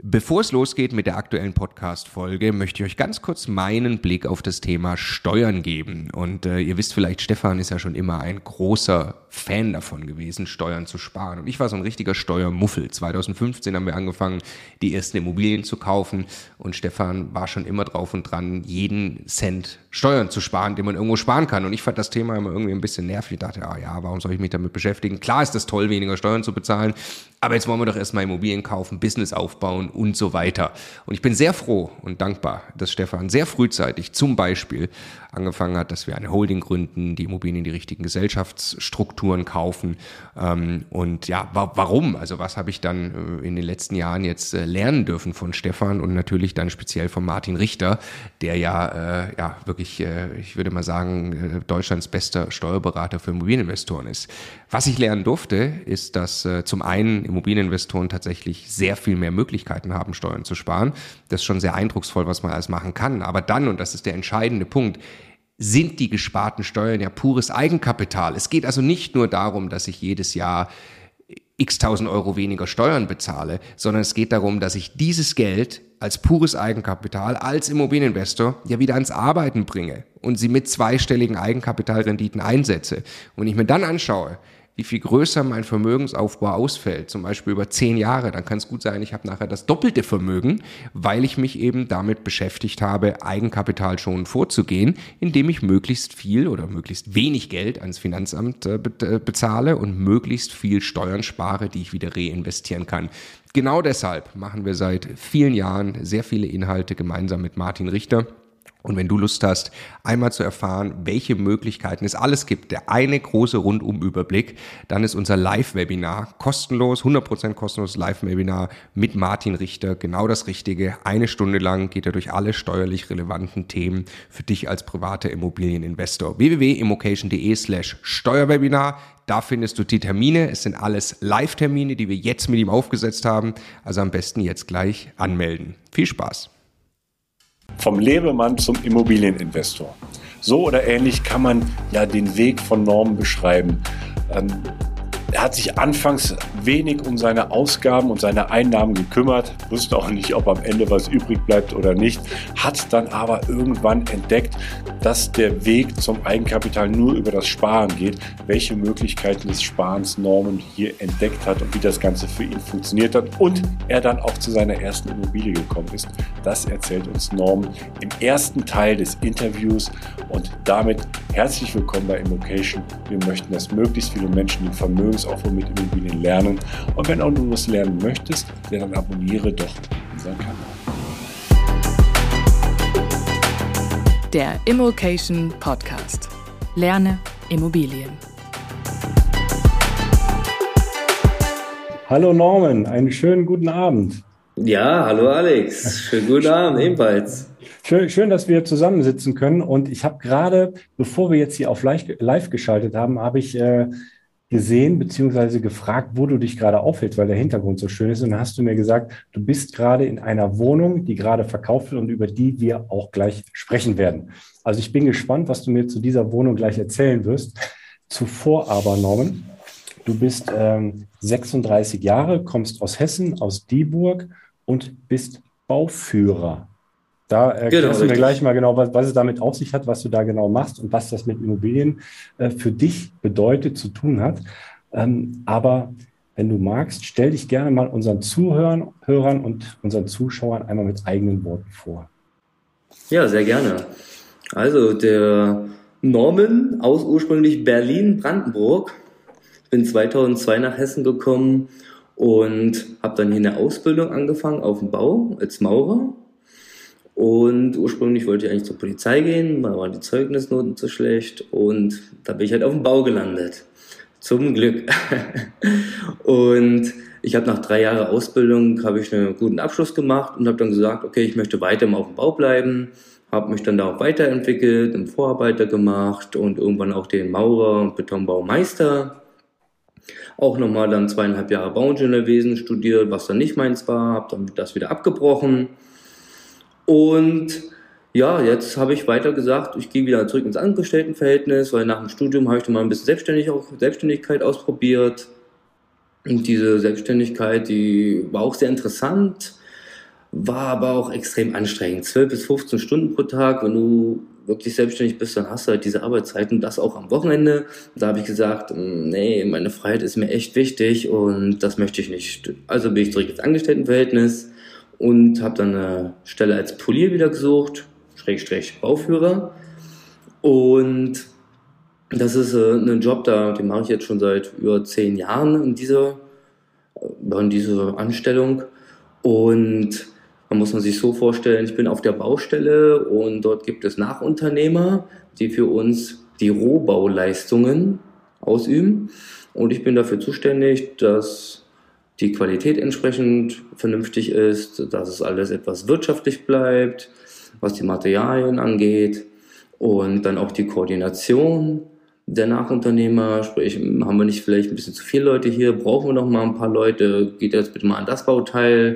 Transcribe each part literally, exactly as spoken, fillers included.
Bevor es losgeht mit der aktuellen Podcast-Folge, möchte ich euch ganz kurz meinen Blick auf das Thema Steuern geben. Und äh, ihr wisst vielleicht, Stefan ist ja schon immer ein großer Fan davon gewesen, Steuern zu sparen. Und ich war so ein richtiger Steuermuffel. zwanzig fünfzehn haben wir angefangen, die ersten Immobilien zu kaufen. Und Stefan war schon immer drauf und dran, jeden Cent Steuern zu sparen, den man irgendwo sparen kann. Und ich fand das Thema immer irgendwie ein bisschen nervig. Ich dachte, ah ja, warum soll ich mich damit beschäftigen? Klar ist das toll, weniger Steuern zu bezahlen. Aber jetzt wollen wir doch erstmal Immobilien kaufen, Business aufbauen und so weiter. Und ich bin sehr froh und dankbar, dass Stefan sehr frühzeitig zum Beispiel angefangen hat, dass wir eine Holding gründen, die Immobilien in die richtigen Gesellschaftsstrukturen kaufen. Und ja, warum? Also was habe ich dann in den letzten Jahren jetzt lernen dürfen von Stefan und natürlich dann speziell von Martin Richter, der ja, äh, ja wirklich, äh, ich würde mal sagen, Deutschlands bester Steuerberater für Immobilieninvestoren ist. Was ich lernen durfte, ist, dass äh, zum einen Immobilieninvestoren tatsächlich sehr viel mehr Möglichkeiten haben, Steuern zu sparen. Das ist schon sehr eindrucksvoll, was man alles machen kann. Aber dann, und das ist der entscheidende Punkt, sind die gesparten Steuern ja pures Eigenkapital. Es geht also nicht nur darum, dass ich jedes Jahr x tausend Euro weniger Steuern bezahle, sondern es geht darum, dass ich dieses Geld als pures Eigenkapital, als Immobilieninvestor ja wieder ans Arbeiten bringe und sie mit zweistelligen Eigenkapitalrenditen einsetze. Und wenn ich mir dann anschaue, wie viel größer mein Vermögensaufbau ausfällt, zum Beispiel über zehn Jahre, dann kann es gut sein, ich habe nachher das doppelte Vermögen, weil ich mich eben damit beschäftigt habe, Eigenkapital schon vorzugehen, indem ich möglichst viel oder möglichst wenig Geld ans Finanzamt äh, be- bezahle und möglichst viel Steuern spare, die ich wieder reinvestieren kann. Genau deshalb machen wir seit vielen Jahren sehr viele Inhalte gemeinsam mit Martin Richter. Und wenn du Lust hast, einmal zu erfahren, welche Möglichkeiten es alles gibt, der eine große Rundumüberblick, dann ist unser Live-Webinar kostenlos, hundert Prozent kostenloses Live-Webinar mit Martin Richter genau das Richtige. Eine Stunde lang geht er durch alle steuerlich relevanten Themen für dich als privater Immobilieninvestor. w w w punkt immocation punkt d e slash Steuerwebinar. Da findest du die Termine. Es sind alles Live-Termine, die wir jetzt mit ihm aufgesetzt haben. Also am besten jetzt gleich anmelden. Viel Spaß! Vom Lebemann zum Immobilieninvestor. So oder ähnlich kann man ja den Weg von Norman beschreiben. Ähm, er hat sich anfangs wenig um seine Ausgaben und seine Einnahmen gekümmert, wusste auch nicht, ob am Ende was übrig bleibt oder nicht, hat dann aber irgendwann entdeckt, dass der Weg zum Eigenkapital nur über das Sparen geht, welche Möglichkeiten des Sparens Norman hier entdeckt hat und wie das Ganze für ihn funktioniert hat und er dann auch zu seiner ersten Immobilie gekommen ist. Das erzählt uns Norman im ersten Teil des Interviews und damit herzlich willkommen bei Immocation. Wir möchten, dass möglichst viele Menschen den Vermögensaufbau mit Immobilien lernen und wenn auch du was lernen möchtest, dann abonniere doch unseren Kanal. Der Immocation Podcast. Lerne Immobilien. Hallo Norman, einen schönen guten Abend. Ja, hallo Alex, schönen guten Abend ebenfalls. Schön, schön, dass wir zusammensitzen können und ich habe gerade, bevor wir jetzt hier auf live, live geschaltet haben, habe ich äh, gesehen bzw. gefragt, wo du dich gerade aufhältst, weil der Hintergrund so schön ist. Und dann hast du mir gesagt, du bist gerade in einer Wohnung, die gerade verkauft wird und über die wir auch gleich sprechen werden. Also ich bin gespannt, was du mir zu dieser Wohnung gleich erzählen wirst. Zuvor aber, Norman, du bist ähm, sechsunddreißig Jahre, kommst aus Hessen, aus Dieburg und bist Bauführer. Da erklärst genau, du mir gleich mal genau, was, was es damit auf sich hat, was du da genau machst und was das mit Immobilien äh, für dich bedeutet, zu tun hat. Ähm, aber wenn du magst, stell dich gerne mal unseren Zuhörern Hörern und unseren Zuschauern einmal mit eigenen Worten vor. Ja, sehr gerne. Also der Norman aus ursprünglich Berlin-Brandenburg. Bin zweitausendzwei nach Hessen gekommen und habe dann hier eine Ausbildung angefangen auf dem Bau als Maurer. Und ursprünglich wollte ich eigentlich zur Polizei gehen, da waren die Zeugnisnoten zu schlecht und da bin ich halt auf dem Bau gelandet. Zum Glück. Und ich habe nach drei Jahren Ausbildung habe ich einen guten Abschluss gemacht und habe dann gesagt, okay, ich möchte weiter auf dem Bau bleiben, habe mich dann da auch weiterentwickelt, einen Vorarbeiter gemacht und irgendwann auch den Maurer- und Betonbaumeister. Auch nochmal dann zweieinhalb Jahre Bauingenieurwesen studiert, was dann nicht meins war, habe dann das wieder abgebrochen. Und ja, jetzt habe ich weiter gesagt, ich gehe wieder zurück ins Angestelltenverhältnis, weil nach dem Studium habe ich dann mal ein bisschen Selbstständig, auch Selbstständigkeit ausprobiert. Und diese Selbstständigkeit, die war auch sehr interessant. war aber auch extrem anstrengend. zwölf bis fünfzehn Stunden pro Tag, wenn du wirklich selbstständig bist, dann hast du halt diese Arbeitszeiten, das auch am Wochenende. Da habe ich gesagt, nee, meine Freiheit ist mir echt wichtig und das möchte ich nicht. Also bin ich zurück ins Angestelltenverhältnis und habe dann eine Stelle als Polier wieder gesucht, Schrägstrich Bauführer. Und das ist äh, ein Job, da, den mache ich jetzt schon seit über zehn Jahren in dieser, in dieser Anstellung. Und da muss man sich so vorstellen, ich bin auf der Baustelle und dort gibt es Nachunternehmer, die für uns die Rohbauleistungen ausüben. Und ich bin dafür zuständig, dass die Qualität entsprechend vernünftig ist, dass es alles etwas wirtschaftlich bleibt, was die Materialien angeht und dann auch die Koordination der Nachunternehmer, sprich, haben wir nicht vielleicht ein bisschen zu viele Leute hier, brauchen wir noch mal ein paar Leute, geht jetzt bitte mal an das Bauteil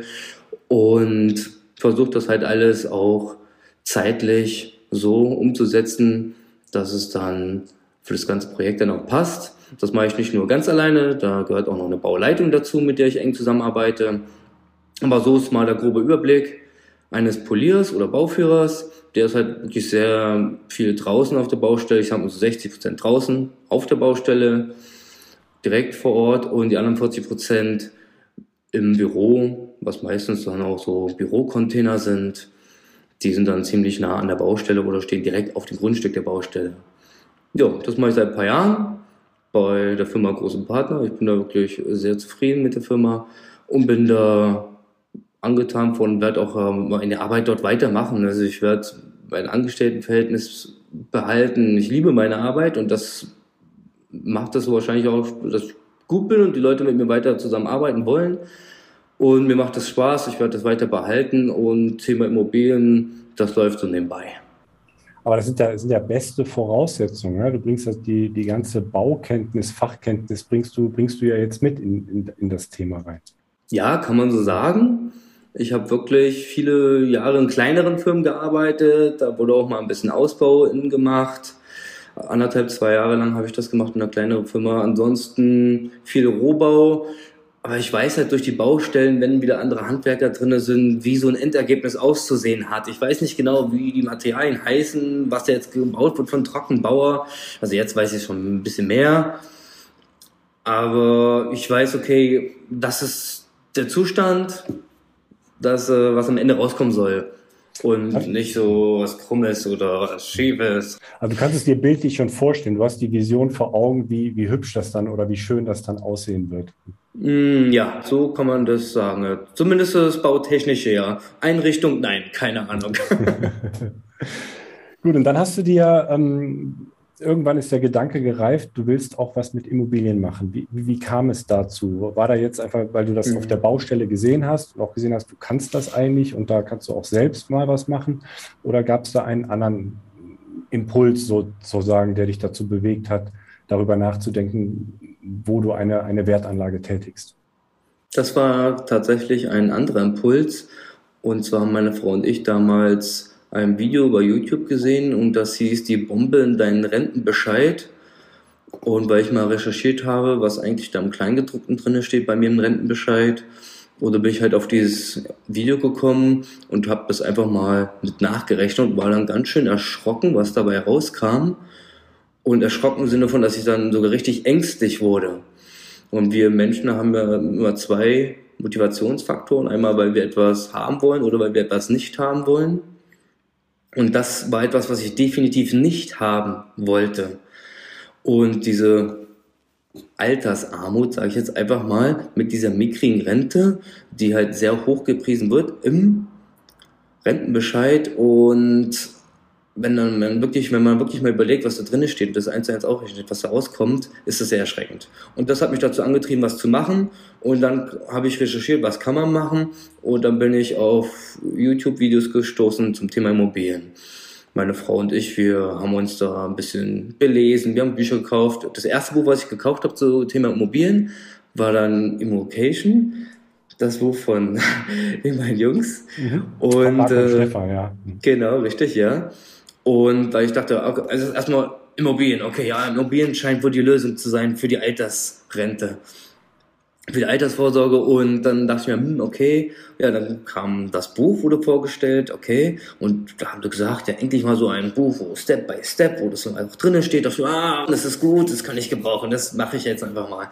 und versucht das halt alles auch zeitlich so umzusetzen, dass es dann für das ganze Projekt dann auch passt. Das mache ich nicht nur ganz alleine, da gehört auch noch eine Bauleitung dazu, mit der ich eng zusammenarbeite. Aber so ist mal der grobe Überblick eines Poliers oder Bauführers. Der ist halt wirklich sehr viel draußen auf der Baustelle. Ich sage mal so sechzig Prozent draußen auf der Baustelle, direkt vor Ort und die anderen vierzig Prozent im Büro, was meistens dann auch so Bürocontainer sind. Die sind dann ziemlich nah an der Baustelle oder stehen direkt auf dem Grundstück der Baustelle. Ja, das mache ich seit ein paar Jahren bei der Firma Großen Partner. Ich bin da wirklich sehr zufrieden mit der Firma und bin da angetan von, werde auch meine Arbeit dort weitermachen. Also ich werde mein Angestelltenverhältnis behalten. Ich liebe meine Arbeit und das macht das so wahrscheinlich auch, dass ich gut bin und die Leute mit mir weiter zusammenarbeiten wollen. Und mir macht das Spaß, ich werde das weiter behalten und Thema Immobilien, das läuft so nebenbei. Aber das sind ja, das sind ja beste Voraussetzungen. Ja? Du bringst das, die, die ganze Baukenntnis, Fachkenntnis bringst du, bringst du ja jetzt mit in, in, in das Thema rein. Ja, kann man so sagen. Ich habe wirklich viele Jahre in kleineren Firmen gearbeitet. Da wurde auch mal ein bisschen Ausbau in gemacht. Anderthalb, zwei Jahre lang habe ich das gemacht in einer kleineren Firma. Ansonsten viel Rohbau. Aber ich weiß halt durch die Baustellen, wenn wieder andere Handwerker drin sind, wie so ein Endergebnis auszusehen hat. Ich weiß nicht genau, wie die Materialien heißen, was da jetzt gebaut wird von Trockenbauer. Also jetzt weiß ich schon ein bisschen mehr. Aber ich weiß, okay, das ist der Zustand, das, was am Ende rauskommen soll. Und nicht so was Krummes oder was Schiefes. Also du kannst es dir bildlich schon vorstellen. Du hast die Vision vor Augen, wie, wie hübsch das dann oder wie schön das dann aussehen wird. Mm, ja, so kann man das sagen. Zumindest das Bautechnische, ja. Einrichtung, nein, keine Ahnung. Gut, und dann hast du dir, ähm, irgendwann ist der Gedanke gereift, du willst auch was mit Immobilien machen. Wie, wie, wie kam es dazu? War da jetzt einfach, weil du das mhm. auf der Baustelle gesehen hast und auch gesehen hast, du kannst das eigentlich und da kannst du auch selbst mal was machen? Oder gab es da einen anderen Impuls sozusagen, der dich dazu bewegt hat, darüber nachzudenken, wo du eine, eine Wertanlage tätigst? Das war tatsächlich ein anderer Impuls. Und zwar haben meine Frau und ich damals ein Video bei YouTube gesehen und das hieß die Bombe in deinen Rentenbescheid. Und weil ich mal recherchiert habe, was eigentlich da im Kleingedruckten drin steht bei mir im Rentenbescheid, oder bin ich halt auf dieses Video gekommen und habe das einfach mal mit nachgerechnet und war dann ganz schön erschrocken, was dabei rauskam. Und erschrocken im Sinne von, dass ich dann sogar richtig ängstlich wurde. Und wir Menschen haben ja immer zwei Motivationsfaktoren. Einmal, weil wir etwas haben wollen oder weil wir etwas nicht haben wollen. Und das war etwas, was ich definitiv nicht haben wollte. Und diese Altersarmut, sage ich jetzt einfach mal, mit dieser mickrigen Rente, die halt sehr hoch gepriesen wird im Rentenbescheid. Und wenn dann man wirklich, wenn man wirklich mal überlegt, was da drin steht und das eins zu eins aufrechnet, was da rauskommt, ist das sehr erschreckend. Und das hat mich dazu angetrieben, was zu machen. Und dann habe ich recherchiert, was kann man machen. Und dann bin ich auf YouTube-Videos gestoßen zum Thema Immobilien. Meine Frau und ich, wir haben uns da ein bisschen belesen, wir haben Bücher gekauft. Das erste Buch, was ich gekauft habe zum Thema Immobilien, war dann Immocation. Das Buch von den beiden Jungs. Mhm. Und, Marc und äh, Stefan, ja. Genau, richtig, ja. Und weil ich dachte, okay, also erstmal Immobilien, okay, ja, Immobilien scheint wohl die Lösung zu sein für die Altersrente. für die Altersvorsorge und dann dachte ich mir, hm, okay, ja, dann kam das Buch, wurde vorgestellt, okay, und da haben sie gesagt, ja, endlich mal so ein Buch, wo Step by Step, wo das so einfach drinnen steht, dachte ich, ah, das ist gut, das kann ich gebrauchen, das mache ich jetzt einfach mal.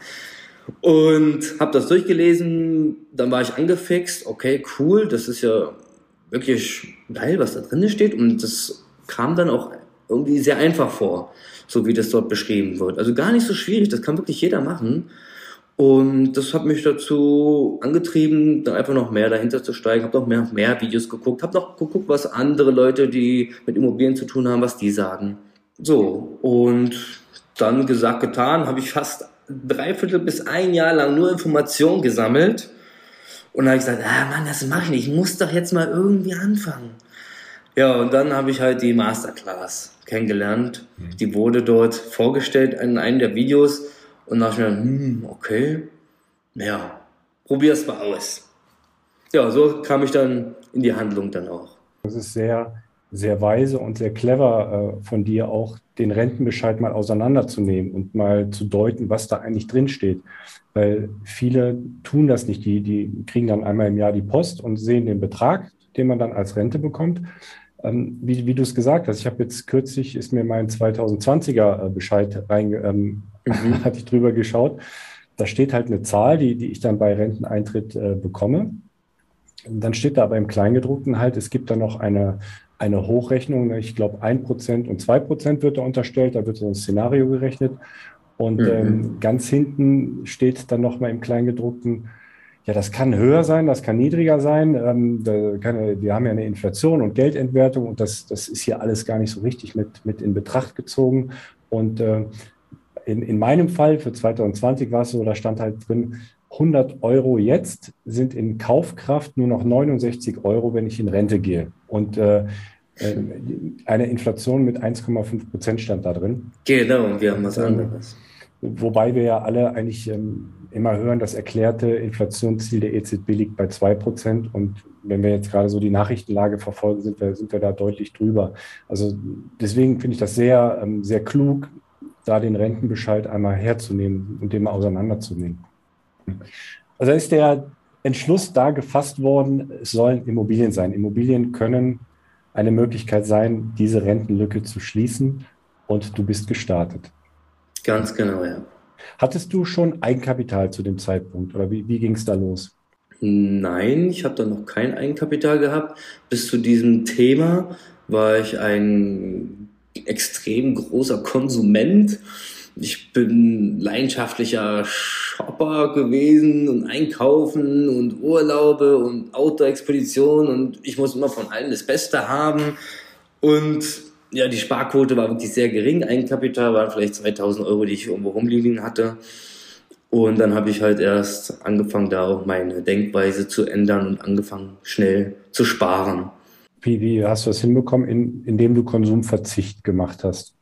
Und habe das durchgelesen, dann war ich angefixt, okay, cool, das ist ja wirklich geil, was da drinnen steht und das kam dann auch irgendwie sehr einfach vor, so wie das dort beschrieben wird. Also gar nicht so schwierig, das kann wirklich jeder machen. Und das hat mich dazu angetrieben, dann einfach noch mehr dahinter zu steigen. Habe noch mehr, mehr Videos geguckt, habe noch geguckt, was andere Leute, die mit Immobilien zu tun haben, was die sagen. So, und dann gesagt, getan, habe ich fast dreiviertel bis ein Jahr lang nur Informationen gesammelt. Und dann habe ich gesagt, ah Mann, das mache ich nicht, ich muss doch jetzt mal irgendwie anfangen. Ja, und dann habe ich halt die Masterclass kennengelernt. Die wurde dort vorgestellt in einem der Videos. Und dann dachte ich mir, hm, okay, ja, probier's mal aus. Ja, so kam ich dann in die Handlung dann auch. Das ist sehr, sehr weise und sehr clever äh, von dir auch, den Rentenbescheid mal auseinanderzunehmen und mal zu deuten, was da eigentlich drin steht. Weil viele tun das nicht. Die, die kriegen dann einmal im Jahr die Post und sehen den Betrag, den man dann als Rente bekommt. Ähm, wie, wie du es gesagt hast, ich habe jetzt kürzlich, ist mir mein zweitausendzwanziger Bescheid reinge... Ähm, Mhm. hatte ich drüber geschaut. Da steht halt eine Zahl, die, die ich dann bei Renteneintritt äh, bekomme. Und dann steht da aber im Kleingedruckten halt, es gibt da noch eine, eine Hochrechnung. Ich glaube, ein Prozent und zwei Prozent wird da unterstellt. Da wird so ein Szenario gerechnet. Und mhm. ähm, ganz hinten steht dann nochmal im Kleingedruckten, ja, das kann höher sein, das kann niedriger sein. Ähm, da kann, wir haben ja eine Inflation und Geldentwertung und das, das ist hier alles gar nicht so richtig mit, mit in Betracht gezogen. Und äh, In, in meinem Fall für zweitausendzwanzig war es so, da stand halt drin, hundert Euro jetzt sind in Kaufkraft nur noch neunundsechzig Euro, wenn ich in Rente gehe. Und äh, eine Inflation mit eins Komma fünf Prozent stand da drin. Genau, und wir haben was anderes. Wobei wir ja alle eigentlich ähm, immer hören, das erklärte Inflationsziel der E Z B liegt bei zwei Prozent. Und wenn wir jetzt gerade so die Nachrichtenlage verfolgen, sind wir, sind wir da deutlich drüber. Also deswegen finde ich das sehr, ähm, sehr klug, da den Rentenbescheid einmal herzunehmen und den mal auseinanderzunehmen. Also ist der Entschluss da gefasst worden, es sollen Immobilien sein. Immobilien können eine Möglichkeit sein, diese Rentenlücke zu schließen und du bist gestartet. Ganz genau, ja. Hattest du schon Eigenkapital zu dem Zeitpunkt oder wie, wie ging es da los? Nein, ich habe da noch kein Eigenkapital gehabt. Bis zu diesem Thema war ich ein extrem großer Konsument. Ich bin leidenschaftlicher Shopper gewesen und Einkaufen und Urlaube und Outdoor-Expeditionen und ich muss immer von allem das Beste haben. Und ja, die Sparquote war wirklich sehr gering. Eigenkapital waren vielleicht zweitausend Euro, die ich irgendwo rumliegen hatte. Und dann habe ich halt erst angefangen, da auch meine Denkweise zu ändern und angefangen, schnell zu sparen. Wie, wie hast du das hinbekommen, in, indem du Konsumverzicht gemacht hast?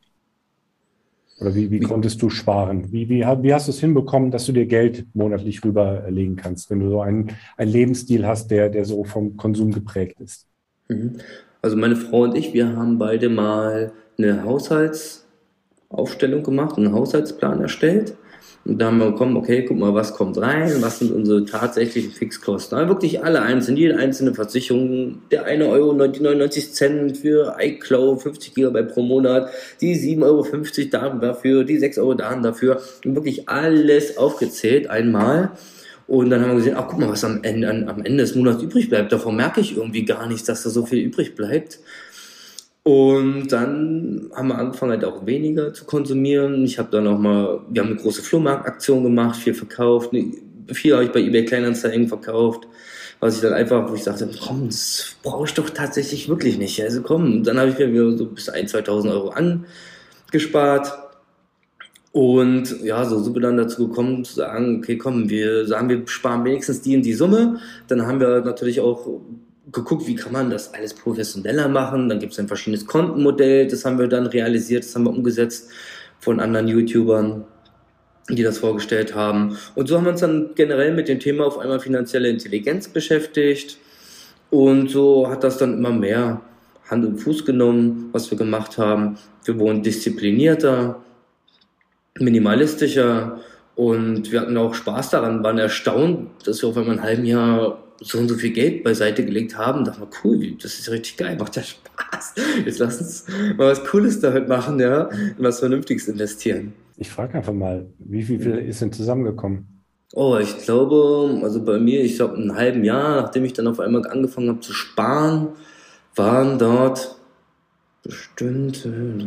Oder wie, wie, wie konntest du sparen? Wie, wie, wie hast du es hinbekommen, dass du dir Geld monatlich rüberlegen kannst, wenn du so einen, einen Lebensstil hast, der, der so vom Konsum geprägt ist? Also meine Frau und ich, wir haben beide mal eine Haushaltsaufstellung gemacht, einen Haushaltsplan erstellt. Und da haben wir bekommen, okay, guck mal, was kommt rein, was sind unsere tatsächlichen Fixkosten. Aber wirklich alle einzeln, jede einzelne Versicherung, der eine Euro neunundneunzig Cent für iCloud, fünfzig Gigabyte pro Monat, die sieben Euro fünfzig Daten dafür, die sechs Euro Daten dafür. Und wirklich alles aufgezählt einmal. Und dann haben wir gesehen, ach guck mal, was am Ende, am Ende des Monats übrig bleibt. Davon merke ich irgendwie gar nicht, dass da so viel übrig bleibt. Und dann haben wir angefangen, halt auch weniger zu konsumieren. Ich habe dann auch mal, wir haben eine große Flohmarktaktion gemacht, viel verkauft. Viel habe ich bei eBay Kleinanzeigen verkauft, was ich dann einfach, wo ich sagte, komm, das brauche ich doch tatsächlich wirklich nicht. Also komm, und dann habe ich mir wieder so bis ein, zweitausend Euro angespart. Und ja, so sind wir dann dazu gekommen zu sagen, okay, komm, wir sagen, wir sparen wenigstens die und die Summe. Dann haben wir natürlich auch geguckt, wie kann man das alles professioneller machen. Dann gibt es ein verschiedenes Kontenmodell, das haben wir dann realisiert, das haben wir umgesetzt von anderen YouTubern, die das vorgestellt haben. Und so haben wir uns dann generell mit dem Thema auf einmal finanzielle Intelligenz beschäftigt. Und so hat das dann immer mehr Hand und Fuß genommen, was wir gemacht haben. Wir wurden disziplinierter, minimalistischer Und wir hatten auch Spaß daran, waren erstaunt, dass wir auf einmal ein halben Jahr so und so viel Geld beiseite gelegt haben. Da dachten wir, cool, das ist richtig geil, macht ja Spaß. Jetzt lass uns mal was Cooles damit machen, ja, und was Vernünftiges investieren. Ich frage einfach mal, wie viel, viel ist denn zusammengekommen? Oh, ich glaube, also bei mir, ich glaube, einen halben Jahr, nachdem ich dann auf einmal angefangen habe zu sparen, waren dort bestimmt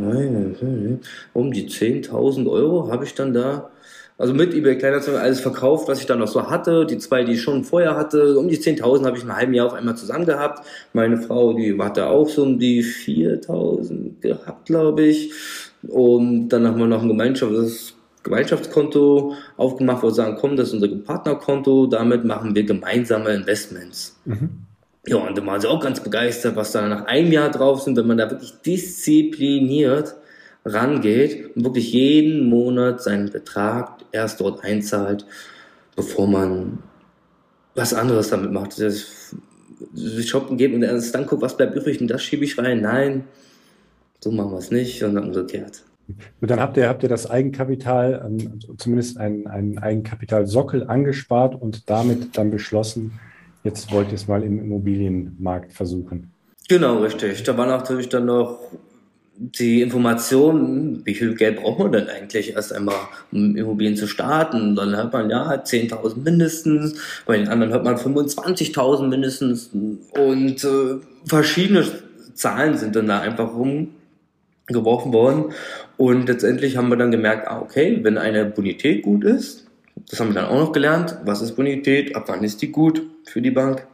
äh, um die zehntausend Euro habe ich dann da, also mit eBay Kleinanzeigen alles verkauft, was ich dann noch so hatte. Die zwei, die ich schon vorher hatte, um die zehntausend habe ich in einem halben Jahr auf einmal zusammen gehabt. Meine Frau, die hatte auch so um die viertausend gehabt, glaube ich. Und dann haben wir noch ein Gemeinschafts Gemeinschaftskonto aufgemacht, wo wir sagen, komm, das ist unser Partnerkonto, damit machen wir gemeinsame Investments. Mhm. Ja, und dann waren sie auch ganz begeistert, was da nach einem Jahr drauf sind, wenn man da wirklich diszipliniert rangeht und wirklich jeden Monat seinen Betrag erst dort einzahlt, bevor man was anderes damit macht. Das, das Shoppen geht und erst dann guckt, was bleibt übrig und das schiebe ich rein. Nein, so machen wir es nicht, sondern umgekehrt. Und dann habt ihr, habt ihr das Eigenkapital, ähm, zumindest einen, einen Eigenkapitalsockel angespart und damit dann beschlossen, jetzt wollt ihr es mal im Immobilienmarkt versuchen. Genau, richtig. Da war natürlich dann noch die Information, wie viel Geld braucht man denn eigentlich erst einmal, um Immobilien zu starten. Dann hört man, ja, zehntausend mindestens, bei den anderen hört man fünfundzwanzigtausend mindestens und äh, verschiedene Zahlen sind dann da einfach rumgeworfen worden. Und letztendlich haben wir dann gemerkt, ah, okay, wenn eine Bonität gut ist, das haben wir dann auch noch gelernt, was ist Bonität, ab wann ist die gut für die Bank.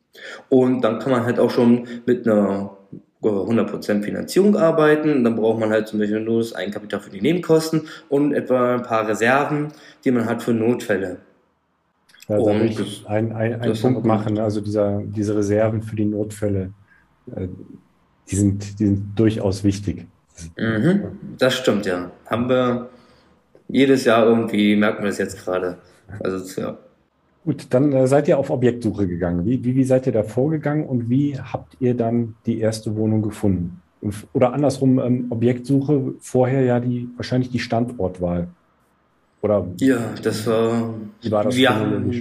Und dann kann man halt auch schon mit einer hundert Prozent Finanzierung arbeiten. Dann braucht man halt zum Beispiel nur das Eigenkapital für die Nebenkosten und etwa ein paar Reserven, die man hat für Notfälle. Ja, da will ich einen ein Punkt machen, also dieser, diese Reserven für die Notfälle, äh, die, sind, die sind durchaus wichtig. Mhm, das stimmt, ja. Haben wir jedes Jahr irgendwie, merkt man das jetzt gerade. Also, ja. Gut, dann äh, seid ihr auf Objektsuche gegangen. Wie, wie, wie seid ihr da vorgegangen und wie habt ihr dann die erste Wohnung gefunden? Oder andersrum, ähm, Objektsuche, vorher ja die wahrscheinlich die Standortwahl. Oder ja, das war. Wie war das chronologisch?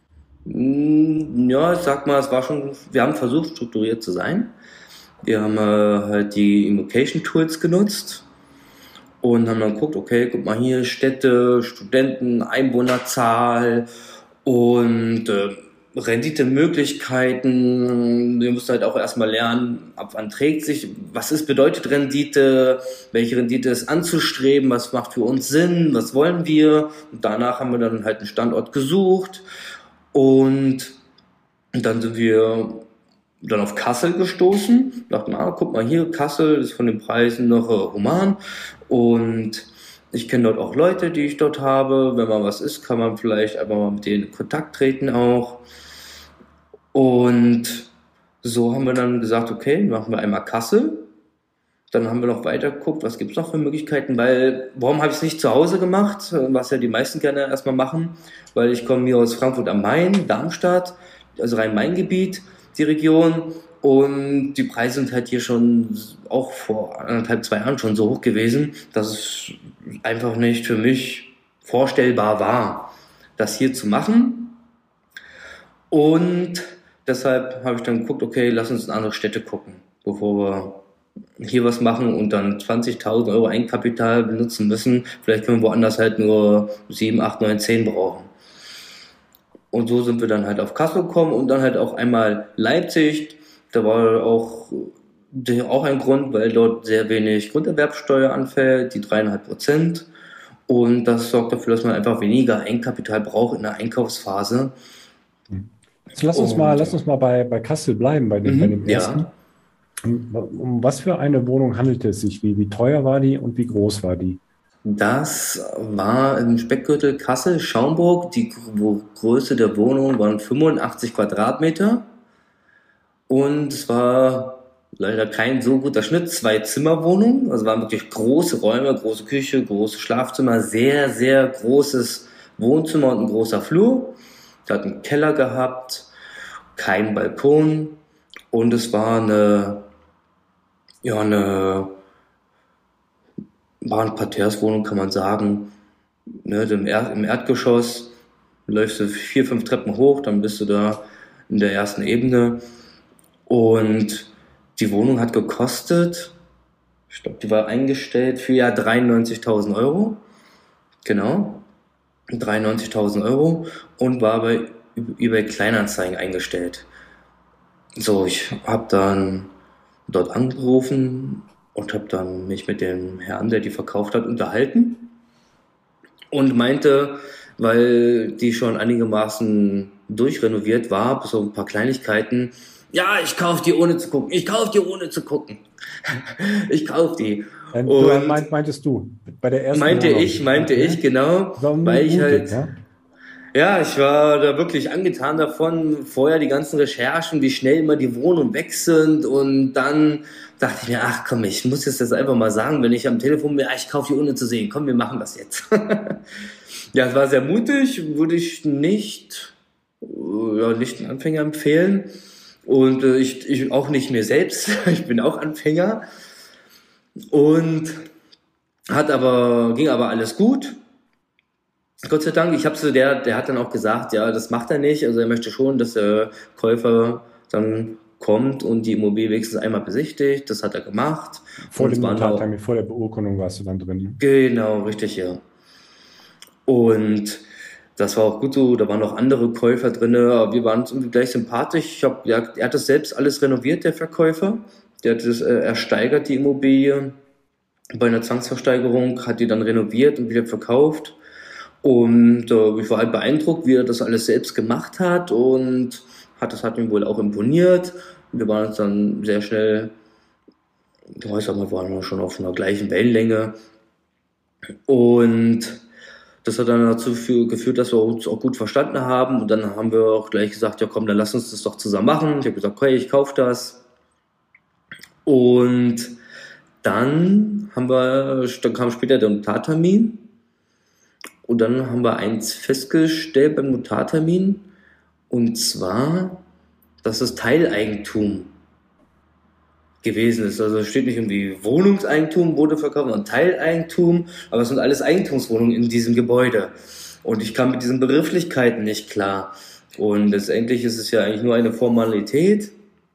Ja, ich sag mal, es war schon, wir haben versucht, strukturiert zu sein. Wir haben äh, halt die Immocation Tools genutzt und haben dann geguckt, okay, guck mal hier, Städte, Studenten, Einwohnerzahl und äh, Renditemöglichkeiten. Wir mussten halt auch erstmal lernen, ab wann trägt sich, was ist, bedeutet Rendite, welche Rendite ist anzustreben, was macht für uns Sinn, was wollen wir. Und danach haben wir dann halt einen Standort gesucht und dann sind wir dann auf Kassel gestoßen, dachten, ah, guck mal hier, Kassel ist von den Preisen noch äh, human und ich kenne dort auch Leute, die ich dort habe. Wenn mal was ist, kann man vielleicht einfach mal mit denen in Kontakt treten auch. Und so haben wir dann gesagt, okay, machen wir einmal Kassel. Dann haben wir noch weiter geguckt, was gibt es noch für Möglichkeiten, weil, warum habe ich es nicht zu Hause gemacht, was ja die meisten gerne erstmal machen, weil ich komme hier aus Frankfurt am Main, Darmstadt, also Rhein-Main-Gebiet, die Region, und die Preise sind halt hier schon auch vor anderthalb, zwei Jahren schon so hoch gewesen, dass es einfach nicht für mich vorstellbar war, das hier zu machen. Und deshalb habe ich dann geguckt, okay, lass uns in andere Städte gucken, bevor wir hier was machen und dann zwanzigtausend Euro Eigenkapital benutzen müssen. Vielleicht können wir woanders halt nur sieben, acht, neun, zehn brauchen. Und so sind wir dann halt auf Kassel gekommen und dann halt auch einmal Leipzig. Da war auch, auch ein Grund, weil dort sehr wenig Grunderwerbsteuer anfällt, die dreieinhalb Prozent. Und das sorgt dafür, dass man einfach weniger Eigenkapital braucht in der Einkaufsphase. Jetzt lass uns und, mal, lass uns mal bei, bei Kassel bleiben, bei dem, bei dem ersten. Ja. Um, um was für eine Wohnung handelte es sich? Wie, wie teuer war die und wie groß war die? Das war im Speckgürtel Kassel, Schaumburg. Die Größe der Wohnung waren fünfundachtzig Quadratmeter. Und es war leider kein so guter Schnitt. Zwei Zimmerwohnungen. Also waren wirklich große Räume, große Küche, große Schlafzimmer, sehr, sehr großes Wohnzimmer und ein großer Flur. Es hat einen Keller gehabt, kein Balkon. Und es war eine, ja, eine, war eine Parterreswohnung, kann man sagen. Ne, im, er- im Erdgeschoss läufst du vier, fünf Treppen hoch, dann bist du da in der ersten Ebene. Und die Wohnung hat gekostet, ich glaube, die war eingestellt für ja dreiundneunzigtausend Euro. Genau, dreiundneunzigtausend Euro und war bei eBay Kleinanzeigen eingestellt. So, ich habe dann dort angerufen und habe dann mich mit dem Herrn, der die verkauft hat, unterhalten und meinte, weil die schon einigermaßen durchrenoviert war, bis auf ein paar Kleinigkeiten, ja, ich kauf die ohne zu gucken, ich kauf die ohne zu gucken. Ich kauf die. Ähm, du Und meint, meintest du, bei der ersten meinte Wohnung? ich, meinte Okay. ich, genau, War weil ich mutig, halt, ja? ja, ich war da wirklich angetan davon, vorher die ganzen Recherchen, wie schnell immer die Wohnungen weg sind und dann dachte ich mir, ach komm, ich muss jetzt das einfach mal sagen, wenn ich am Telefon bin, ah, ich kaufe die ohne zu sehen, komm, wir machen das jetzt. Ja, es war sehr mutig, würde ich nicht, äh, ja, nicht einen Anfänger empfehlen und äh, ich, ich auch nicht mir selbst, ich bin auch Anfänger und hat aber, ging aber alles gut. Gott sei Dank, ich habe so, der, der hat dann auch gesagt, ja, das macht er nicht. Also er möchte schon, dass der Käufer dann kommt und die Immobilie wenigstens einmal besichtigt. Das hat er gemacht. Vor Und es dem waren auch- Notartermin, vor der Beurkundung warst du dann drin. Ne? Genau, richtig, ja. Und das war auch gut so, da waren noch andere Käufer drin, aber wir waren uns irgendwie gleich sympathisch. Ich hab, ja, er hat das selbst alles renoviert, der Verkäufer. Der hat das äh, ersteigert, die Immobilie. Bei einer Zwangsversteigerung hat die dann renoviert und wieder verkauft. Und äh, ich war halt beeindruckt, wie er das alles selbst gemacht hat und hat, das hat ihm wohl auch imponiert. Wir waren uns dann sehr schnell, ich weiß aber, waren wir schon auf einer gleichen Wellenlänge. Und das hat dann dazu für, geführt, dass wir uns auch gut verstanden haben. Und dann haben wir auch gleich gesagt, ja komm, dann lass uns das doch zusammen machen. Ich habe gesagt, okay, ich kaufe das. Und dann haben wir, dann kam später der Notartermin. Und dann haben wir eins festgestellt beim Notartermin. Und zwar, dass es Teileigentum gewesen ist. Also es steht nicht irgendwie Wohnungseigentum wurde verkauft, sondern Teileigentum, aber es sind alles Eigentumswohnungen in diesem Gebäude. Und ich kam mit diesen Begrifflichkeiten nicht klar. Und letztendlich ist es ja eigentlich nur eine Formalität.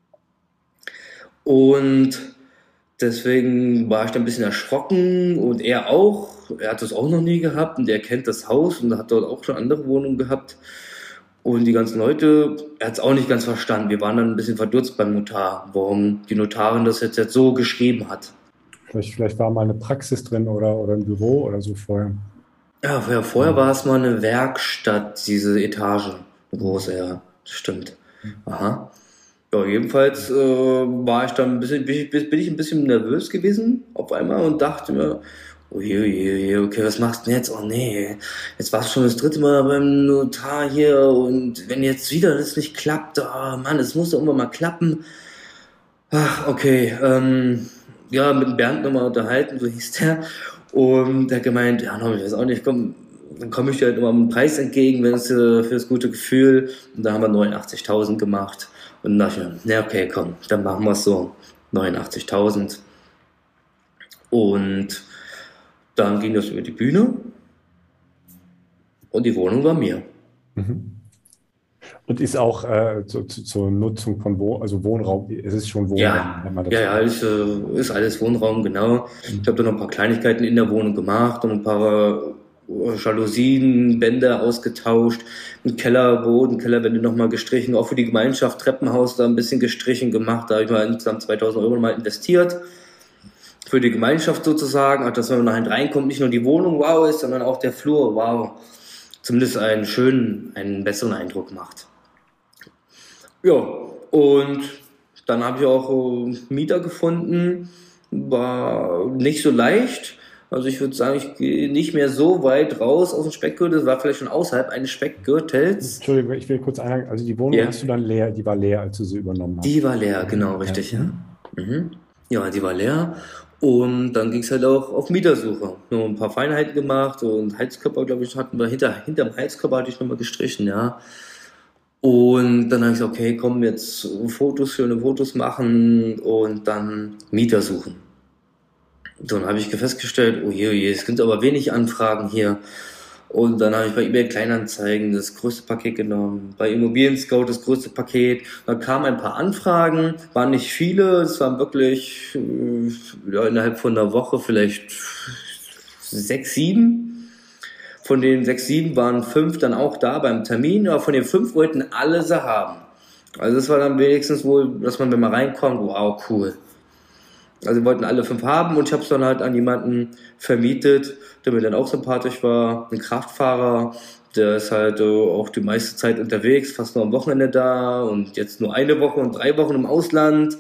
Und deswegen war ich da ein bisschen erschrocken und er auch. Er hat das auch noch nie gehabt und er kennt das Haus und hat dort auch schon andere Wohnungen gehabt. Und die ganzen Leute, er hat es auch nicht ganz verstanden. Wir waren dann ein bisschen verdutzt beim Notar, warum die Notarin das jetzt, jetzt so geschrieben hat. Vielleicht, vielleicht war mal eine Praxis drin oder, oder ein Büro oder so vorher. Ja, vorher, vorher war es mal eine Werkstatt, diese Etage. Eine große, ja, das stimmt. Aha. Ja, jedenfalls äh, war ich dann ein bisschen, bin ich, bin ich ein bisschen nervös gewesen auf einmal und dachte mir, oh je, je, je, okay, was machst du denn jetzt? Oh nee, jetzt warst du schon das dritte Mal beim Notar hier und wenn jetzt wieder das nicht klappt, oh Mann, es muss doch irgendwann mal klappen. Ach, okay, ähm, ja, mit Bernd nochmal unterhalten, so hieß der. Und der hat gemeint, ja, no, ich weiß auch nicht, komm, dann komme ich dir halt immer einen Preis entgegen, wenn es äh, für das gute Gefühl. Und da haben wir neunundachtzigtausend gemacht. Und dann dachte ich mir, na okay, komm, dann machen wir es so, neunundachtzigtausend. Und dann ging das über die Bühne und die Wohnung war mir. Mhm. Und ist auch äh, zu, zu, zur Nutzung von Wo also Wohnraum, es ist schon Wohnraum. Ja, wenn man das ja, ja, ist, äh, ist alles Wohnraum, genau. Ich habe da noch ein paar Kleinigkeiten in der Wohnung gemacht und ein paar äh, Jalousien, Bänder ausgetauscht, einen Kellerboden, Kellerwände nochmal gestrichen, auch für die Gemeinschaft, Treppenhaus da ein bisschen gestrichen gemacht, da habe ich mal insgesamt zweitausend Euro mal investiert. Für die Gemeinschaft sozusagen, dass wenn man nachher reinkommt, nicht nur die Wohnung wow ist, sondern auch der Flur wow, zumindest einen schönen, einen besseren Eindruck macht. Ja, und dann habe ich auch äh, Mieter gefunden, war nicht so leicht. Also ich würde sagen, ich gehe nicht mehr so weit raus aus dem Speckgürtel, das war vielleicht schon außerhalb eines Speckgürtels. Entschuldigung, ich will kurz einhaken, also die Wohnung Ja. hast du dann leer, die war leer, als du sie übernommen hast. Die war leer, genau, richtig, ja. Mhm. Ja, die war leer. Und dann ging es halt auch auf Mietersuche. Nur ein paar Feinheiten gemacht und Heizkörper, glaube ich, hatten wir hinter, hinterm Heizkörper hatte ich nochmal gestrichen, ja. Und dann habe ich gesagt, okay, komm, jetzt Fotos, schöne Fotos machen und dann Mieter suchen. Dann habe ich festgestellt, oh je, oh je, es gibt aber wenig Anfragen hier. Und dann habe ich bei eBay Kleinanzeigen das größte Paket genommen, bei Immobilien Scout das größte Paket. Dann kamen ein paar Anfragen, waren nicht viele, es waren wirklich äh, ja, innerhalb von einer Woche vielleicht sechs, sieben. Von den sechs, sieben waren fünf dann auch da beim Termin, aber von den fünf wollten alle sie haben. Also das war dann wenigstens wohl, dass man, wenn man reinkommt, wow, cool. Also wir wollten alle fünf haben und ich habe es dann halt an jemanden vermietet, der mir dann auch sympathisch war, ein Kraftfahrer, der ist halt äh, auch die meiste Zeit unterwegs, fast nur am Wochenende da und jetzt nur eine Woche und drei Wochen im Ausland.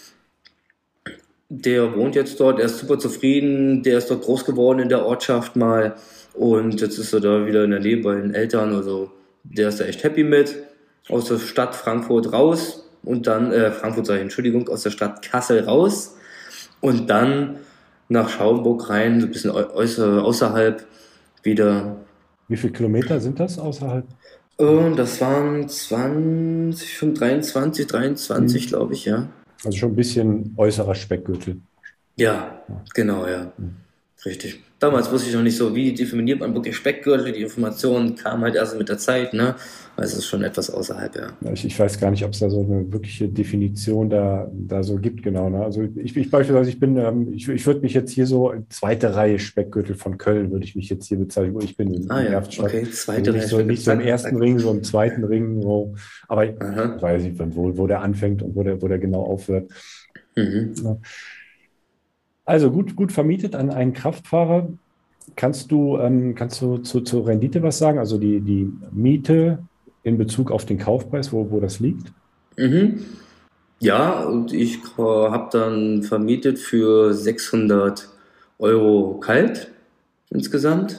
Der wohnt jetzt dort, er ist super zufrieden, der ist dort groß geworden in der Ortschaft mal und jetzt ist er da wieder in der Nähe bei den Eltern, also der ist da echt happy mit, aus der Stadt Frankfurt raus und dann, äh, Frankfurt sage ich, Entschuldigung, aus der Stadt Kassel raus. Und dann nach Schaumburg rein, so ein bisschen äußer, außerhalb wieder. Wie viele Kilometer sind das außerhalb? Und das waren zwanzig, dreiundzwanzig, dreiundzwanzig, mhm. glaube ich, ja. Also schon ein bisschen äußerer Speckgürtel. Ja, genau, ja. Mhm. Richtig. Damals wusste ich noch nicht so, wie definiert man wirklich Speckgürtel. Die Informationen kamen halt erst mit der Zeit, ne? Also es ist schon etwas außerhalb, ja. Ich, ich weiß gar nicht, ob es da so eine wirkliche Definition da, da so gibt, genau. Ne? Also ich, ich beispielsweise, ich bin, ähm, ich, ich würde mich jetzt hier so, zweite Reihe Speckgürtel von Köln würde ich mich jetzt hier bezeichnen, wo ich bin, in ah, ja. Erftstadt. Okay, zweite also nicht Reihe. So, nicht so im ersten Ring, so im zweiten Ring, wo, aber ich Aha. weiß nicht, wo, wo der anfängt und wo der, wo der genau aufhört. Mhm. Ja. Also gut, gut vermietet an einen Kraftfahrer. Kannst du, ähm, kannst du zu, zur Rendite was sagen? Also die, die Miete in Bezug auf den Kaufpreis, wo, wo das liegt? Mhm. Ja, und ich äh, habe dann vermietet für sechshundert Euro kalt insgesamt.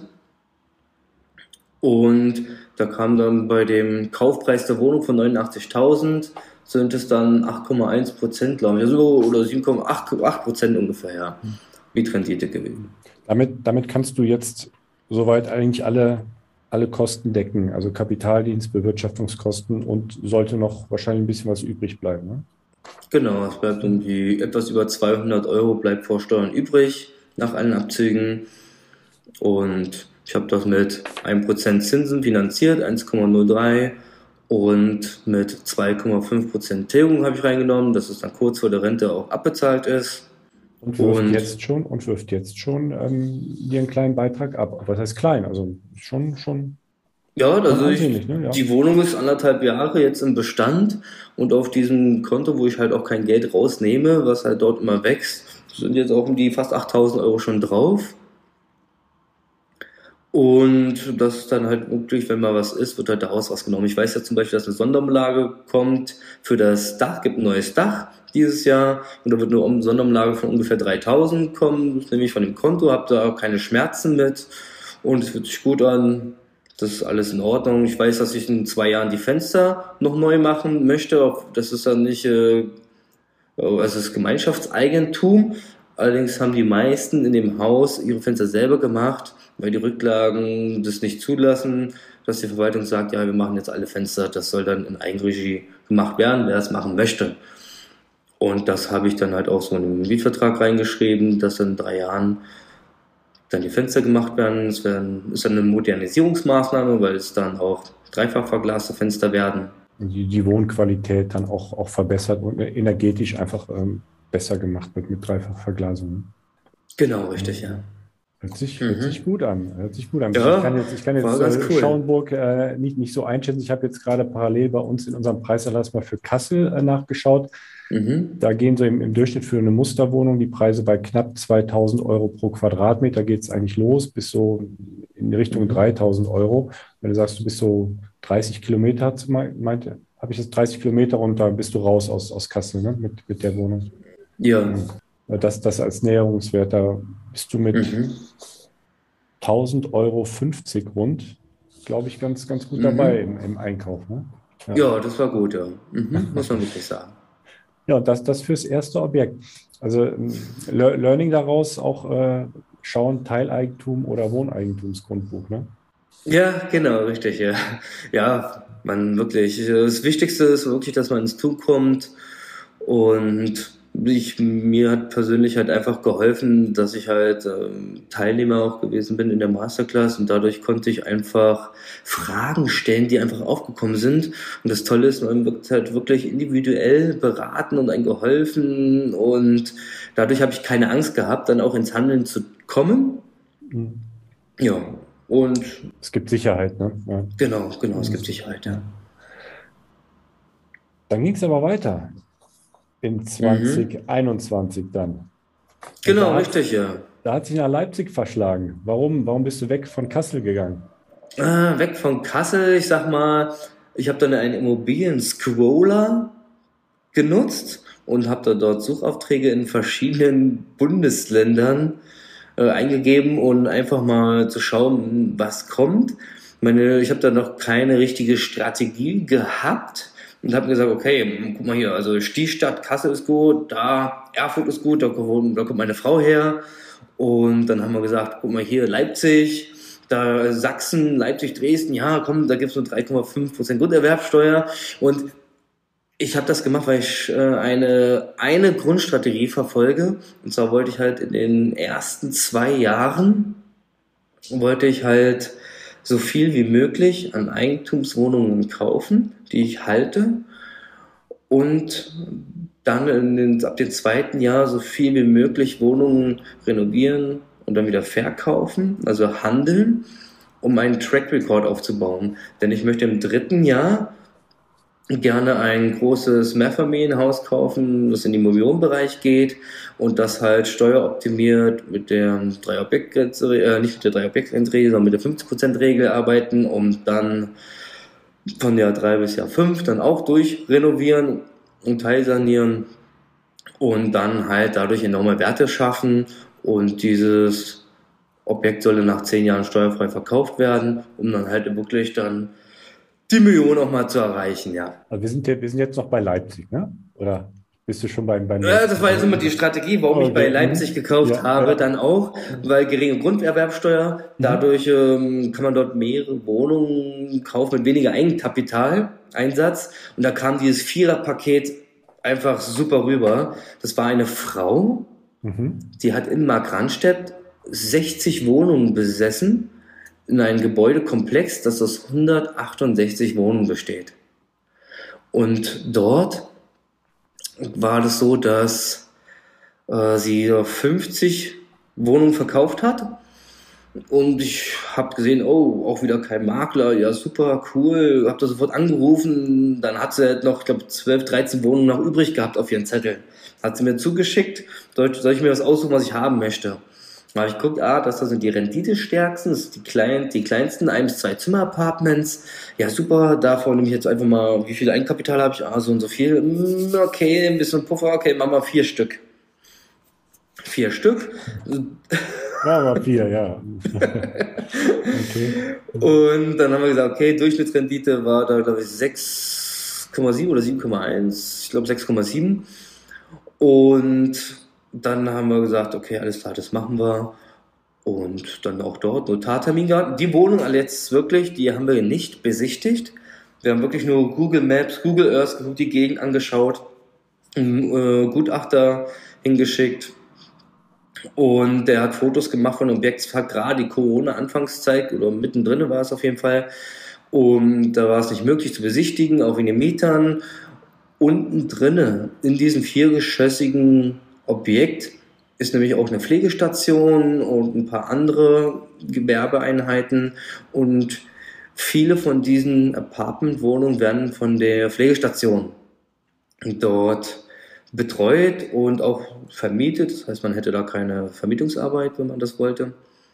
Und da kam dann bei dem Kaufpreis der Wohnung von neunundachtzigtausend sind es dann acht Komma eins Prozent, glaube ich, also, oder sieben Komma acht Prozent ungefähr, ja, Mietrendite gewesen. Damit, damit kannst du jetzt soweit eigentlich alle, alle Kosten decken, also Kapitaldienst, Bewirtschaftungskosten und sollte noch wahrscheinlich ein bisschen was übrig bleiben, ne? Genau, es bleibt um die etwas über zweihundert Euro bleibt vor Steuern übrig, nach allen Abzügen. Und ich habe das mit ein Prozent Zinsen finanziert, eins Komma null drei, und mit zwei Komma fünf Prozent Tilgung habe ich reingenommen, dass es dann kurz vor der Rente auch abbezahlt ist. Und wirft Und- jetzt schon und wirft jetzt schon ähm, dir einen kleinen Beitrag ab. Was heißt klein? Also schon, schon. Ja, also ich, ansehnlich, ne? Ja. die Wohnung ist anderthalb Jahre jetzt im Bestand und auf diesem Konto, wo ich halt auch kein Geld rausnehme, was halt dort immer wächst, sind jetzt auch um die fast achttausend Euro schon drauf. Und das ist dann halt wirklich, wenn mal was ist, wird halt daraus was genommen. Ich weiß ja zum Beispiel, dass eine Sonderumlage kommt für das Dach, gibt ein neues Dach dieses Jahr und da wird eine um- Sonderumlage von ungefähr dreitausend kommen, das nehme ich von dem Konto, habe da auch keine Schmerzen mit und es fühlt sich gut an. Das ist alles in Ordnung. Ich weiß, dass ich in zwei Jahren die Fenster noch neu machen möchte. Auch das ist dann nicht, äh, also es ist Gemeinschaftseigentum. Allerdings haben die meisten in dem Haus ihre Fenster selber gemacht, weil die Rücklagen das nicht zulassen, dass die Verwaltung sagt, ja, wir machen jetzt alle Fenster. Das soll dann in Eigenregie gemacht werden, wer es machen möchte. Und das habe ich dann halt auch so in den Mietvertrag reingeschrieben, dass in drei Jahren dann die Fenster gemacht werden. Es werden, ist dann eine Modernisierungsmaßnahme, weil es dann auch dreifach verglaste Fenster werden. Die, die Wohnqualität dann auch, auch verbessert und energetisch einfach ähm, besser gemacht wird mit Dreifachverglasung. Genau, richtig, ja. Hört sich, Mhm. hört sich gut an. Hört sich gut an. Ja, ich kann jetzt, ich kann war jetzt ganz äh, cool. Schauenburg äh, nicht, nicht so einschätzen. Ich habe jetzt gerade parallel bei uns in unserem Preiserlass mal für Kassel äh, nachgeschaut. Mhm. Da gehen so im, im Durchschnitt für eine Musterwohnung die Preise bei knapp zweitausend Euro pro Quadratmeter. Geht es eigentlich los bis so in Richtung Mhm. dreitausend Euro. Wenn du sagst, du bist so dreißig Kilometer, meinte, habe ich jetzt dreißig Kilometer und da bist du raus aus, aus Kassel, ne, mit, mit der Wohnung. Ja. Das, das als Näherungswert, da bist du mit Mhm. tausend Euro fünfzig rund, glaube ich, ganz, ganz gut Mhm. dabei im, im Einkauf. Ne? Ja, das war gut, ja. Mhm. Muss man wirklich sagen. Ja, und das, das fürs erste Objekt. Also ähm, Le Learning daraus auch äh, schauen, Teileigentum oder Wohneigentumsgrundbuch. Ne? Ja, genau, richtig, ja. Ja, man wirklich, das Wichtigste ist wirklich, dass man ins Tun kommt und ich, mir hat persönlich halt einfach geholfen, dass ich halt ähm, Teilnehmer auch gewesen bin in der Masterclass und dadurch konnte ich einfach Fragen stellen, die einfach aufgekommen sind. Und das Tolle ist, man wird halt wirklich individuell beraten und einem geholfen und dadurch habe ich keine Angst gehabt, dann auch ins Handeln zu kommen. Mhm. Ja, und es gibt Sicherheit, ne? Ja. Genau, genau, es gibt Sicherheit, ja. Dann ging es aber weiter. In zwanzig einundzwanzig dann. Genau, da richtig, hat, ja. Da hat sich nach Leipzig verschlagen. Warum? Warum bist du weg von Kassel gegangen? Äh, weg von Kassel, ich sag mal, ich habe dann einen Immobilien-Scroller genutzt und habe da dort Suchaufträge in verschiedenen Bundesländern äh, eingegeben und einfach mal zu schauen, was kommt. Meine, ich habe da noch keine richtige Strategie gehabt. Und habe gesagt, okay, guck mal hier, also die Stadt Kassel ist gut, da Erfurt ist gut, da kommt, da kommt meine Frau her. Und dann haben wir gesagt, guck mal hier Leipzig, da Sachsen, Leipzig, Dresden, ja komm, da gibt's nur drei Komma fünf Prozent Grunderwerbsteuer. Und ich habe das gemacht, weil ich äh, eine, eine Grundstrategie verfolge. Und zwar wollte ich halt in den ersten zwei Jahren, wollte ich halt so viel wie möglich an Eigentumswohnungen kaufen, die ich halte und dann in den, ab dem zweiten Jahr so viel wie möglich Wohnungen renovieren und dann wieder verkaufen, also handeln, um einen Track Record aufzubauen. Denn ich möchte im dritten Jahr gerne ein großes Mehrfamilienhaus kaufen, das in den Millionenbereich geht und das halt steueroptimiert mit der drei Objektgrenze, äh, nicht mit der drei Objektgrenze-Regel, sondern mit der fünfzig Prozent Regel arbeiten und dann von Jahr drei bis Jahr fünf dann auch durchrenovieren und teilsanieren und dann halt dadurch enorme Werte schaffen und dieses Objekt soll nach zehn Jahren steuerfrei verkauft werden, um dann halt wirklich dann die Million auch mal zu erreichen, ja. Also wir sind, wir sind jetzt noch bei Leipzig, ne? Oder bist du schon beim... beim ja, das war jetzt immer die Strategie, warum okay. ich bei Leipzig gekauft ja, habe, ja. Dann auch, weil geringe Grunderwerbsteuer, dadurch ähm, kann man dort mehrere Wohnungen kaufen mit weniger Eigenkapitaleinsatz und da kam dieses Viererpaket einfach super rüber. Das war eine Frau, mhm. die hat in Markranstädt sechzig Wohnungen besessen, in einem Gebäudekomplex, das aus hundertachtundsechzig Wohnungen besteht. Und dort war das so, dass äh, sie fünfzig Wohnungen verkauft hat. Und ich habe gesehen, oh, auch wieder kein Makler, ja super, cool, habe da sofort angerufen. Dann hat sie halt noch, ich glaube, zwölf, dreizehn Wohnungen noch übrig gehabt auf ihren Zettel. Hat sie mir zugeschickt, soll, soll ich mir was aussuchen, was ich haben möchte. Da habe ich geguckt, ah, das da sind die renditestärksten, das sind die, klein, die kleinsten ein- bis zwei Zimmer-Apartments. Ja, super, davon nehme ich jetzt einfach mal, wie viel Eigenkapital habe ich? Ah, so und so viel. Okay, ein bisschen Puffer, okay, machen wir vier Stück. Vier Stück. Ja, aber vier, ja. Okay. Und dann haben wir gesagt, okay, Durchschnittsrendite war da, glaube ich, sechs Komma sieben oder sieben Komma eins. Ich glaube sechs Komma sieben. Und dann haben wir gesagt, okay, alles klar, das machen wir. Und dann auch dort Notartermin gehabt. Die Wohnung jetzt wirklich, die haben wir nicht besichtigt. Wir haben wirklich nur Google Maps, Google Earth, die Gegend angeschaut, einen äh, Gutachter hingeschickt. Und der hat Fotos gemacht von dem Objekt. Es war gerade die Corona-Anfangszeit oder mittendrin war es auf jeden Fall. Und da war es nicht möglich zu besichtigen, auch wegen den Mietern. Unten drinne in diesem viergeschossigen Objekt ist nämlich auch eine Pflegestation und ein paar andere Gewerbeeinheiten und viele von diesen Apartmentwohnungen werden von der Pflegestation dort betreut und auch vermietet. Das heißt, man hätte da keine Vermietungsarbeit, wenn man das wollte.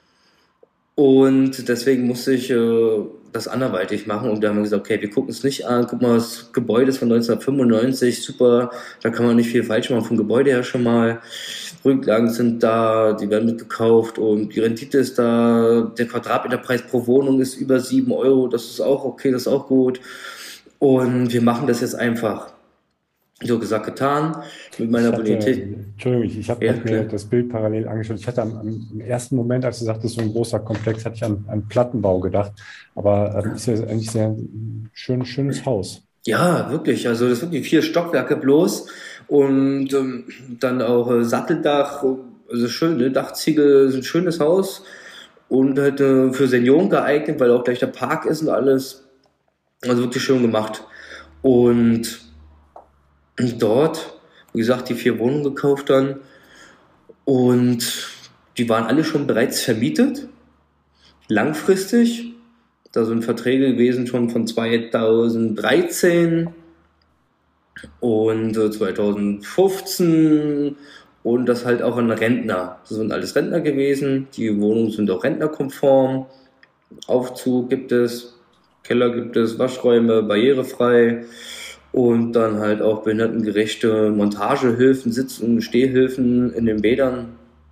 Und deswegen musste ich äh, das anderweitig machen und da haben wir gesagt, okay, wir gucken es nicht an, guck mal, das Gebäude ist von neunzehnhundertfünfundneunzig, super, da kann man nicht viel falsch machen vom Gebäude her schon mal. Rücklagen sind da, die werden mitgekauft und die Rendite ist da, der Quadratmeterpreis pro Wohnung ist über sieben Euro, das ist auch okay, das ist auch gut. Und wir machen das jetzt einfach. So gesagt, getan, mit meiner hatte, Bonität. Entschuldigung, ich, ich habe ja, mir das Bild parallel angeschaut. Ich hatte am, am, im ersten Moment, als du sagtest, so ein großer Komplex, hatte ich an, an Plattenbau gedacht. Aber ähm, ist ja eigentlich sehr ein schön, schönes Haus. Ja, wirklich. Also das sind die vier Stockwerke bloß. und ähm, dann auch äh, Satteldach, also schön, ne? Dachziegel, ist ein schönes Haus und halt äh, für Senioren geeignet, weil auch gleich der Park ist und alles. Also wirklich schön gemacht. Und dort, wie gesagt, die vier Wohnungen gekauft dann und die waren alle schon bereits vermietet, langfristig. Da sind Verträge gewesen schon von zweitausenddreizehn und äh, zweitausendfünfzehn und das halt auch an Rentner. Das sind alles Rentner gewesen. Die Wohnungen sind auch rentnerkonform. Aufzug gibt es, Keller gibt es, Waschräume, barrierefrei und dann halt auch behindertengerechte Montagehilfen, Sitz- und Stehhilfen in den Bädern.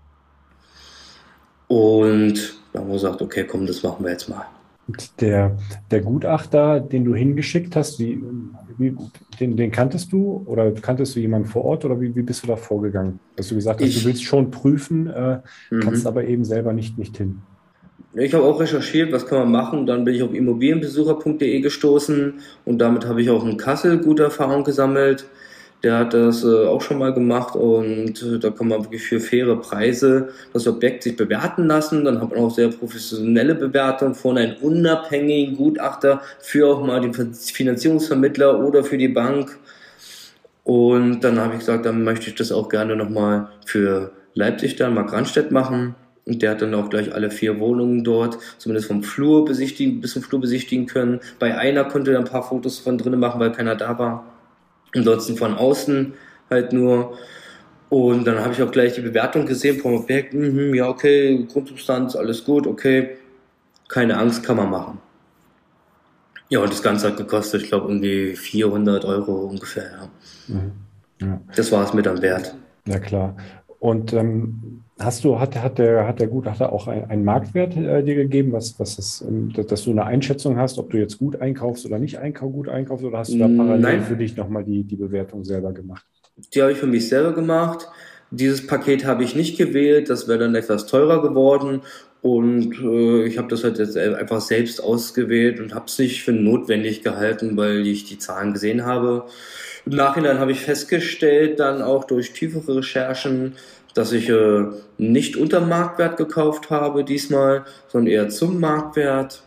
Und da haben wir gesagt, okay, komm, das machen wir jetzt mal. Und der, der Gutachter, den du hingeschickt hast, wie, wie, den, den kanntest du oder kanntest du jemanden vor Ort oder wie, wie bist du da vorgegangen? Dass du gesagt hast, Ich, du willst schon prüfen, äh, mhm. kannst aber eben selber nicht, nicht hin. Ich habe auch recherchiert, was kann man machen. Dann bin ich auf immobilienbesucher punkt de gestoßen und damit habe ich auch in Kassel gute Erfahrungen gesammelt. Der hat das äh, auch schon mal gemacht und äh, da kann man wirklich für faire Preise das Objekt sich bewerten lassen. Dann hat man auch sehr professionelle Bewertung von einem unabhängigen Gutachter für auch mal den Finanzierungsvermittler oder für die Bank. Und dann habe ich gesagt, dann möchte ich das auch gerne nochmal für Leipzig dann, Mark Randstedt machen. Und der hat dann auch gleich alle vier Wohnungen dort, zumindest vom Flur besichtigen, bis zum Flur besichtigen können. Bei einer konnte er ein paar Fotos von drinnen machen, weil keiner da war. Ansonsten von außen halt nur. Und dann habe ich auch gleich die Bewertung gesehen vom Objekt. Mhm, ja, okay, Grundsubstanz, alles gut, okay. Keine Angst, kann man machen. Ja, und das Ganze hat gekostet, ich glaube, irgendwie vierhundert Euro ungefähr. Ja. Mhm. Ja. Das war es mir dann wert. Ja, klar. Und ähm, hast du, hat, hat, der, hat der Gutachter auch ein, einen Marktwert äh, dir gegeben, was, was das, ähm, dass du eine Einschätzung hast, ob du jetzt gut einkaufst oder nicht einkauf, gut einkaufst, oder hast du da parallel Nein. für dich nochmal die, die Bewertung selber gemacht? Die habe ich für mich selber gemacht. Dieses Paket habe ich nicht gewählt, das wäre dann etwas teurer geworden und äh, ich habe das halt jetzt einfach selbst ausgewählt und habe es nicht für notwendig gehalten, weil ich die Zahlen gesehen habe. Im Nachhinein habe ich festgestellt, dann auch durch tiefere Recherchen, dass ich äh, nicht unter Marktwert gekauft habe diesmal, sondern eher zum Marktwert.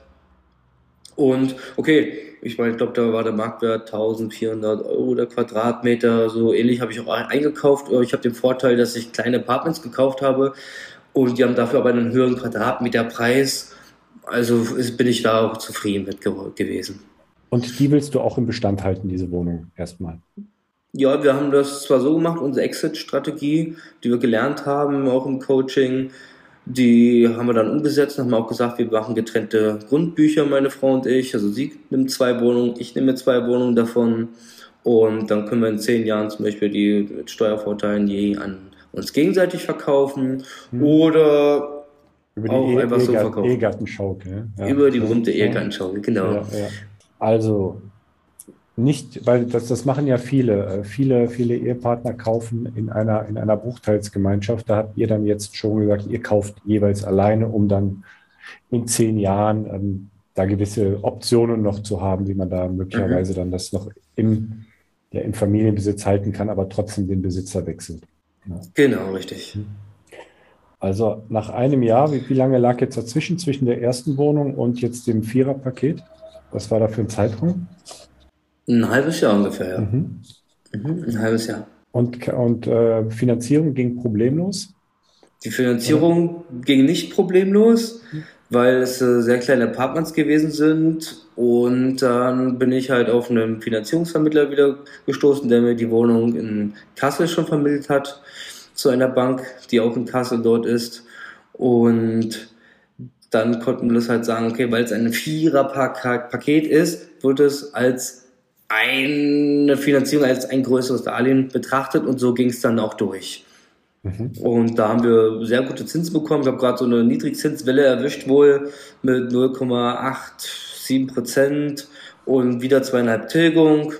Und okay, ich meine, ich glaube, da war der Marktwert eintausendvierhundert Euro der Quadratmeter, so ähnlich habe ich auch eingekauft. Ich habe den Vorteil, dass ich kleine Apartments gekauft habe und die haben dafür aber einen höheren Quadratmeterpreis. Also ist, bin ich da auch zufrieden mit gewesen. Und die willst du auch im Bestand halten, diese Wohnung erstmal? Ja, wir haben das zwar so gemacht, unsere Exit-Strategie, die wir gelernt haben, auch im Coaching, die haben wir dann umgesetzt und haben auch gesagt, wir machen getrennte Grundbücher, meine Frau und ich. Also sie nimmt zwei Wohnungen, ich nehme zwei Wohnungen davon. Und dann können wir in zehn Jahren zum Beispiel die mit Steuervorteilen je an uns gegenseitig verkaufen hm. oder über die auch e- einfach e- so verkaufen. Ehegattenschaukel. Ja. Über die berühmte Ehegattenschaukel, genau. Ja, ja. Also nicht, weil das, das machen ja viele. Viele, viele Ehepartner kaufen in einer, in einer Bruchteilsgemeinschaft. Da habt ihr dann jetzt schon gesagt, ihr kauft jeweils alleine, um dann in zehn Jahren ähm, da gewisse Optionen noch zu haben, wie man da möglicherweise mhm. dann das noch im, ja, im Familienbesitz halten kann, aber trotzdem den Besitzer wechselt. Ja. Genau, richtig. Also nach einem Jahr, wie, wie lange lag jetzt dazwischen, zwischen der ersten Wohnung und jetzt dem Viererpaket? Was war da für ein Zeitraum? Ein halbes Jahr ungefähr, ja. Mhm. Mhm, ein halbes Jahr. Und, und äh, Finanzierung ging problemlos? Die Finanzierung ja. ging nicht problemlos, weil es äh, sehr kleine Apartments gewesen sind. Und dann bin ich halt auf einen Finanzierungsvermittler wieder gestoßen, der mir die Wohnung in Kassel schon vermittelt hat, zu einer Bank, die auch in Kassel dort ist. Und dann konnten wir das halt sagen, okay, weil es ein Vierer-Paket ist, wird es als eine Finanzierung, als ein größeres Darlehen betrachtet und so ging es dann auch durch. Mhm. Und da haben wir sehr gute Zinsen bekommen. Ich habe gerade so eine Niedrigzinswelle erwischt wohl mit null Komma siebenundachtzig Prozent und wieder zweieinhalb Tilgung.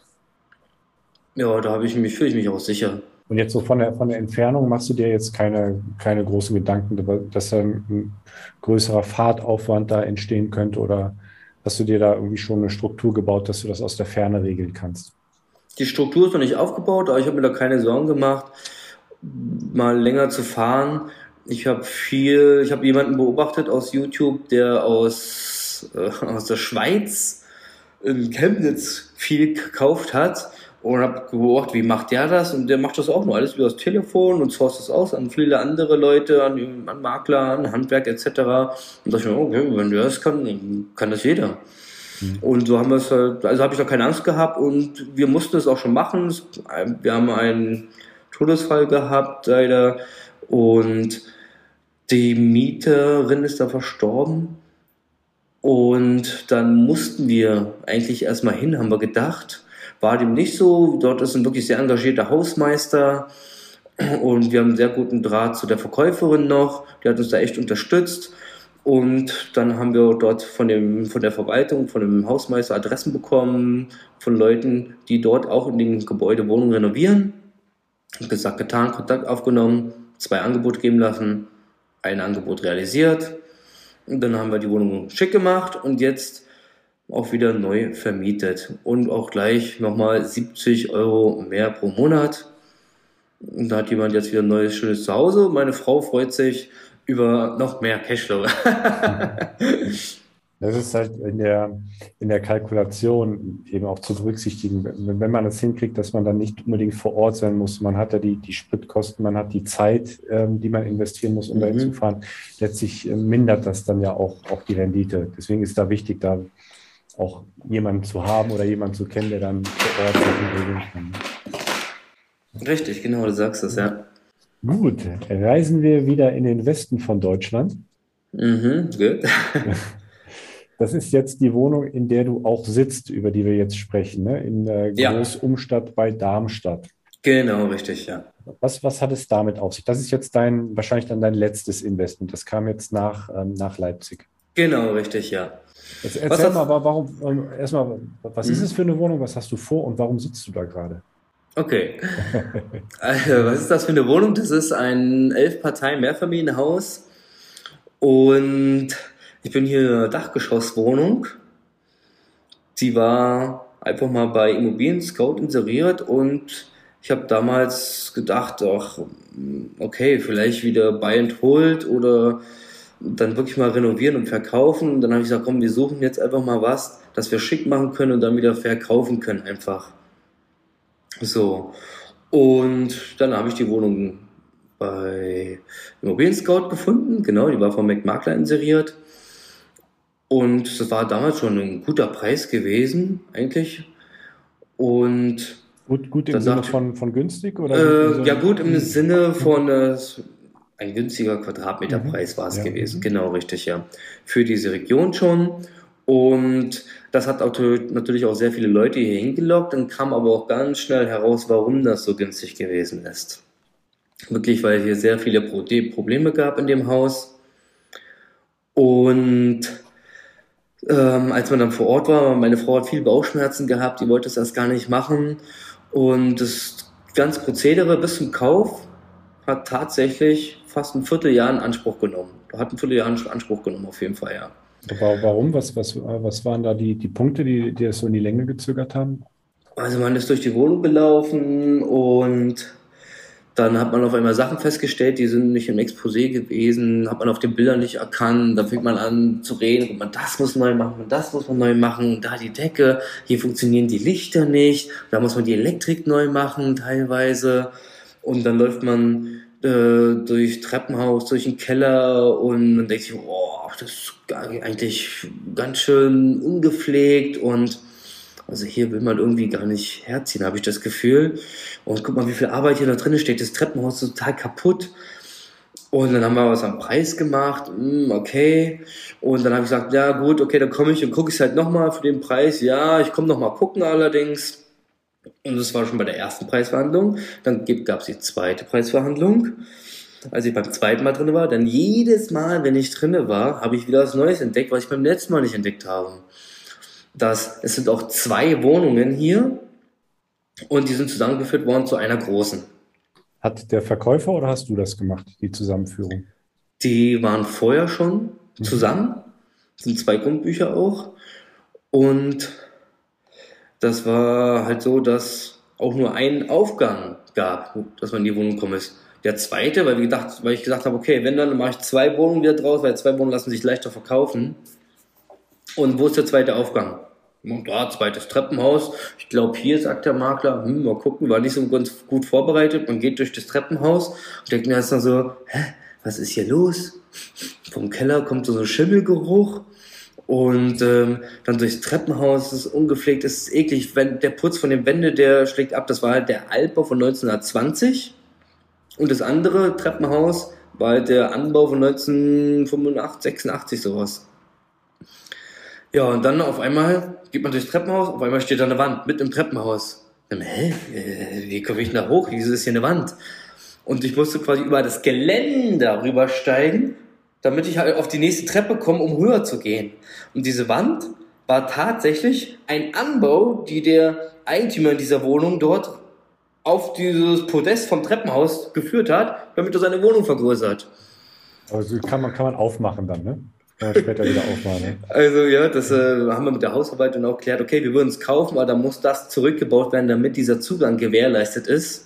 Ja, da habe ich mich, fühle ich mich auch sicher. Und jetzt so von der, von der Entfernung machst du dir jetzt keine, keine großen Gedanken, dass da ein größerer Fahrtaufwand da entstehen könnte oder hast du dir da irgendwie schon eine Struktur gebaut, dass du das aus der Ferne regeln kannst? Die Struktur ist noch nicht aufgebaut, aber ich habe mir da keine Sorgen gemacht, mal länger zu fahren. Ich habe viel, ich habe jemanden beobachtet aus YouTube, der aus, äh, aus der Schweiz in Chemnitz viel gekauft hat und habe beobachtet, wie macht der das? Und der macht das auch nur alles über das Telefon und source das aus an viele andere Leute, an, an Makler, an Handwerk et cetera. Und da dachte ich mir, okay, wenn der das kann, dann kann das jeder. Mhm. Und so haben wir es halt, also habe ich da keine Angst gehabt und wir mussten es auch schon machen. Wir haben einen Todesfall gehabt, leider, und die Mieterin ist da verstorben. Und dann mussten wir eigentlich erstmal hin, haben wir gedacht. War dem nicht so. Dort ist ein wirklich sehr engagierter Hausmeister. Und wir haben einen sehr guten Draht zu der Verkäuferin noch. Die hat uns da echt unterstützt. Und dann haben wir dort von dem, von der Verwaltung, von dem Hausmeister Adressen bekommen, von Leuten, die dort auch in dem Gebäude Wohnungen renovieren. Gesagt, getan, Kontakt aufgenommen, zwei Angebote geben lassen, ein Angebot realisiert. Und dann haben wir die Wohnung schick gemacht und jetzt auch wieder neu vermietet. Und auch gleich nochmal siebzig Euro mehr pro Monat. Und da hat jemand jetzt wieder ein neues, schönes Zuhause. Meine Frau freut sich über noch mehr Cashflow. Das ist halt in der, in der Kalkulation eben auch zu berücksichtigen, wenn man das hinkriegt, dass man dann nicht unbedingt vor Ort sein muss. Man hat ja die, die Spritkosten, man hat die Zeit, ähm, die man investieren muss, um mhm. dahin zu fahren. Letztlich äh, mindert das dann ja auch, auch die Rendite. Deswegen ist da wichtig, da auch jemanden zu haben oder jemanden zu kennen, der dann vor Ort Sachen regeln kann. Richtig, genau, du sagst das, ja. Gut, reisen wir wieder in den Westen von Deutschland. Mhm, gut. Das ist jetzt die Wohnung, in der du auch sitzt, über die wir jetzt sprechen, ne? In der Großumstadt ja. bei Darmstadt. Genau, richtig, ja. Was, was hat es damit auf sich? Das ist jetzt dein, wahrscheinlich dann dein letztes Investment. Das kam jetzt nach, ähm, nach Leipzig. Genau, richtig, ja. Jetzt erzähl mal, warum, ähm, erstmal, was mhm. ist es für eine Wohnung? Was hast du vor und warum sitzt du da gerade? Okay. Also, was ist das für eine Wohnung? Das ist ein elf-Parteien-Mehrfamilienhaus und ich bin hier in einer Dachgeschosswohnung. Die war einfach mal bei Immobilien Scout inseriert und ich habe damals gedacht, ach, okay, vielleicht wieder buy and hold oder dann wirklich mal renovieren und verkaufen. Und dann habe ich gesagt, komm, wir suchen jetzt einfach mal was, das wir schick machen können und dann wieder verkaufen können einfach. So. Und dann habe ich die Wohnung bei Immobilien Scout gefunden. Genau, die war vom Makler inseriert. Und das war damals schon ein guter Preis gewesen, eigentlich. Und gut, gut im Sinne von, von günstig? Oder äh, ja, gut im Sinne von äh, ein günstiger Quadratmeterpreis mhm. war es ja. gewesen. Genau, richtig, ja. Für diese Region schon. Und das hat auch natürlich auch sehr viele Leute hier hingelockt. Dann kam aber auch ganz schnell heraus, warum das so günstig gewesen ist. Wirklich, weil hier sehr viele Probleme gab in dem Haus. Und Ähm, als man dann vor Ort war, meine Frau hat viel Bauchschmerzen gehabt, die wollte das gar nicht machen und das ganze Prozedere bis zum Kauf hat tatsächlich fast ein Vierteljahr in Anspruch genommen. Hat ein Vierteljahr in Anspruch genommen, auf jeden Fall, ja. Warum? Was, was, was waren da die, die Punkte, die, die das so in die Länge gezögert haben? Also man ist durch die Wohnung gelaufen und dann hat man auf einmal Sachen festgestellt, die sind nicht im Exposé gewesen, hat man auf den Bildern nicht erkannt, dann fängt man an zu reden, und man das muss neu machen, das muss man neu machen, da die Decke, hier funktionieren die Lichter nicht, da muss man die Elektrik neu machen teilweise und dann läuft man äh, durch Treppenhaus, durch den Keller und man denkt sich, oh, das ist eigentlich ganz schön ungepflegt und also hier will man irgendwie gar nicht herziehen, habe ich das Gefühl. Und guck mal, wie viel Arbeit hier da drin steht. Das Treppenhaus ist total kaputt. Und dann haben wir was am Preis gemacht. Okay. Und dann habe ich gesagt, ja gut, okay, dann komme ich und gucke ich es halt nochmal für den Preis. Ja, ich komme nochmal gucken allerdings. Und das war schon bei der ersten Preisverhandlung. Dann gab es die zweite Preisverhandlung. Als ich beim zweiten Mal drin war, dann jedes Mal, wenn ich drin war, habe ich wieder was Neues entdeckt, was ich beim letzten Mal nicht entdeckt habe. Das, es sind auch zwei Wohnungen hier und die sind zusammengeführt worden zu einer großen. Hat der Verkäufer oder hast du das gemacht, die Zusammenführung? Die waren vorher schon mhm. zusammen, das sind zwei Grundbücher auch und das war halt so, dass auch nur einen Aufgang gab, dass man in die Wohnung kommen ist. Der zweite, weil, wir gedacht, weil ich gesagt habe, okay, wenn, dann mache ich zwei Wohnungen wieder draus, weil zwei Wohnungen lassen sich leichter verkaufen. Und wo ist der zweite Aufgang? Und da, zweites Treppenhaus. Ich glaube, hier sagt der Makler, hm, mal gucken, war nicht so ganz gut vorbereitet. Man geht durch das Treppenhaus und denkt mir jetzt dann so, hä, was ist hier los? Vom Keller kommt so ein Schimmelgeruch. Und ähm, dann durchs Treppenhaus, das ist ungepflegt, das ist eklig. Wenn der Putz von den Wänden, der schlägt ab, das war halt der Altbau von neunzehnhundertzwanzig. Und das andere Treppenhaus war halt der Anbau von neunzehnhundertfünfundachtzig, sechsundachtzig, sowas. Ja, und dann auf einmal geht man durchs Treppenhaus, auf einmal steht da eine Wand, mitten im Treppenhaus. Dann, hä, wie komme ich da hoch? Wieso ist hier eine Wand? Und ich musste quasi über das Geländer rübersteigen, damit ich halt auf die nächste Treppe komme, um höher zu gehen. Und diese Wand war tatsächlich ein Anbau, die der Eigentümer dieser Wohnung dort auf dieses Podest vom Treppenhaus geführt hat, damit er seine Wohnung vergrößert. Also kann man, kann man aufmachen dann, ne? Kann man später wieder aufmachen, ne? Also ja, das äh, haben wir mit der Hausverwaltung auch geklärt. Okay, wir würden es kaufen, aber dann muss das zurückgebaut werden, damit dieser Zugang gewährleistet ist.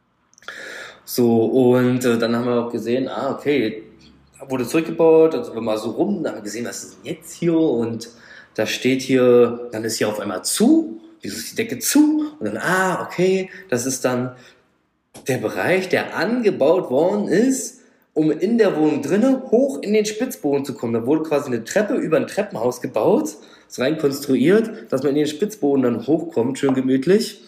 So, und äh, dann haben wir auch gesehen, ah, okay, wurde zurückgebaut, also wir mal so rum, dann haben wir gesehen, was ist denn jetzt hier? Und da steht hier, dann ist hier auf einmal zu, wieso ist die Decke zu? Und dann, ah, okay, das ist dann der Bereich, der angebaut worden ist, um in der Wohnung drinnen hoch in den Spitzboden zu kommen. Da wurde quasi eine Treppe über ein Treppenhaus gebaut, ist rein konstruiert, dass man in den Spitzboden dann hochkommt, schön gemütlich.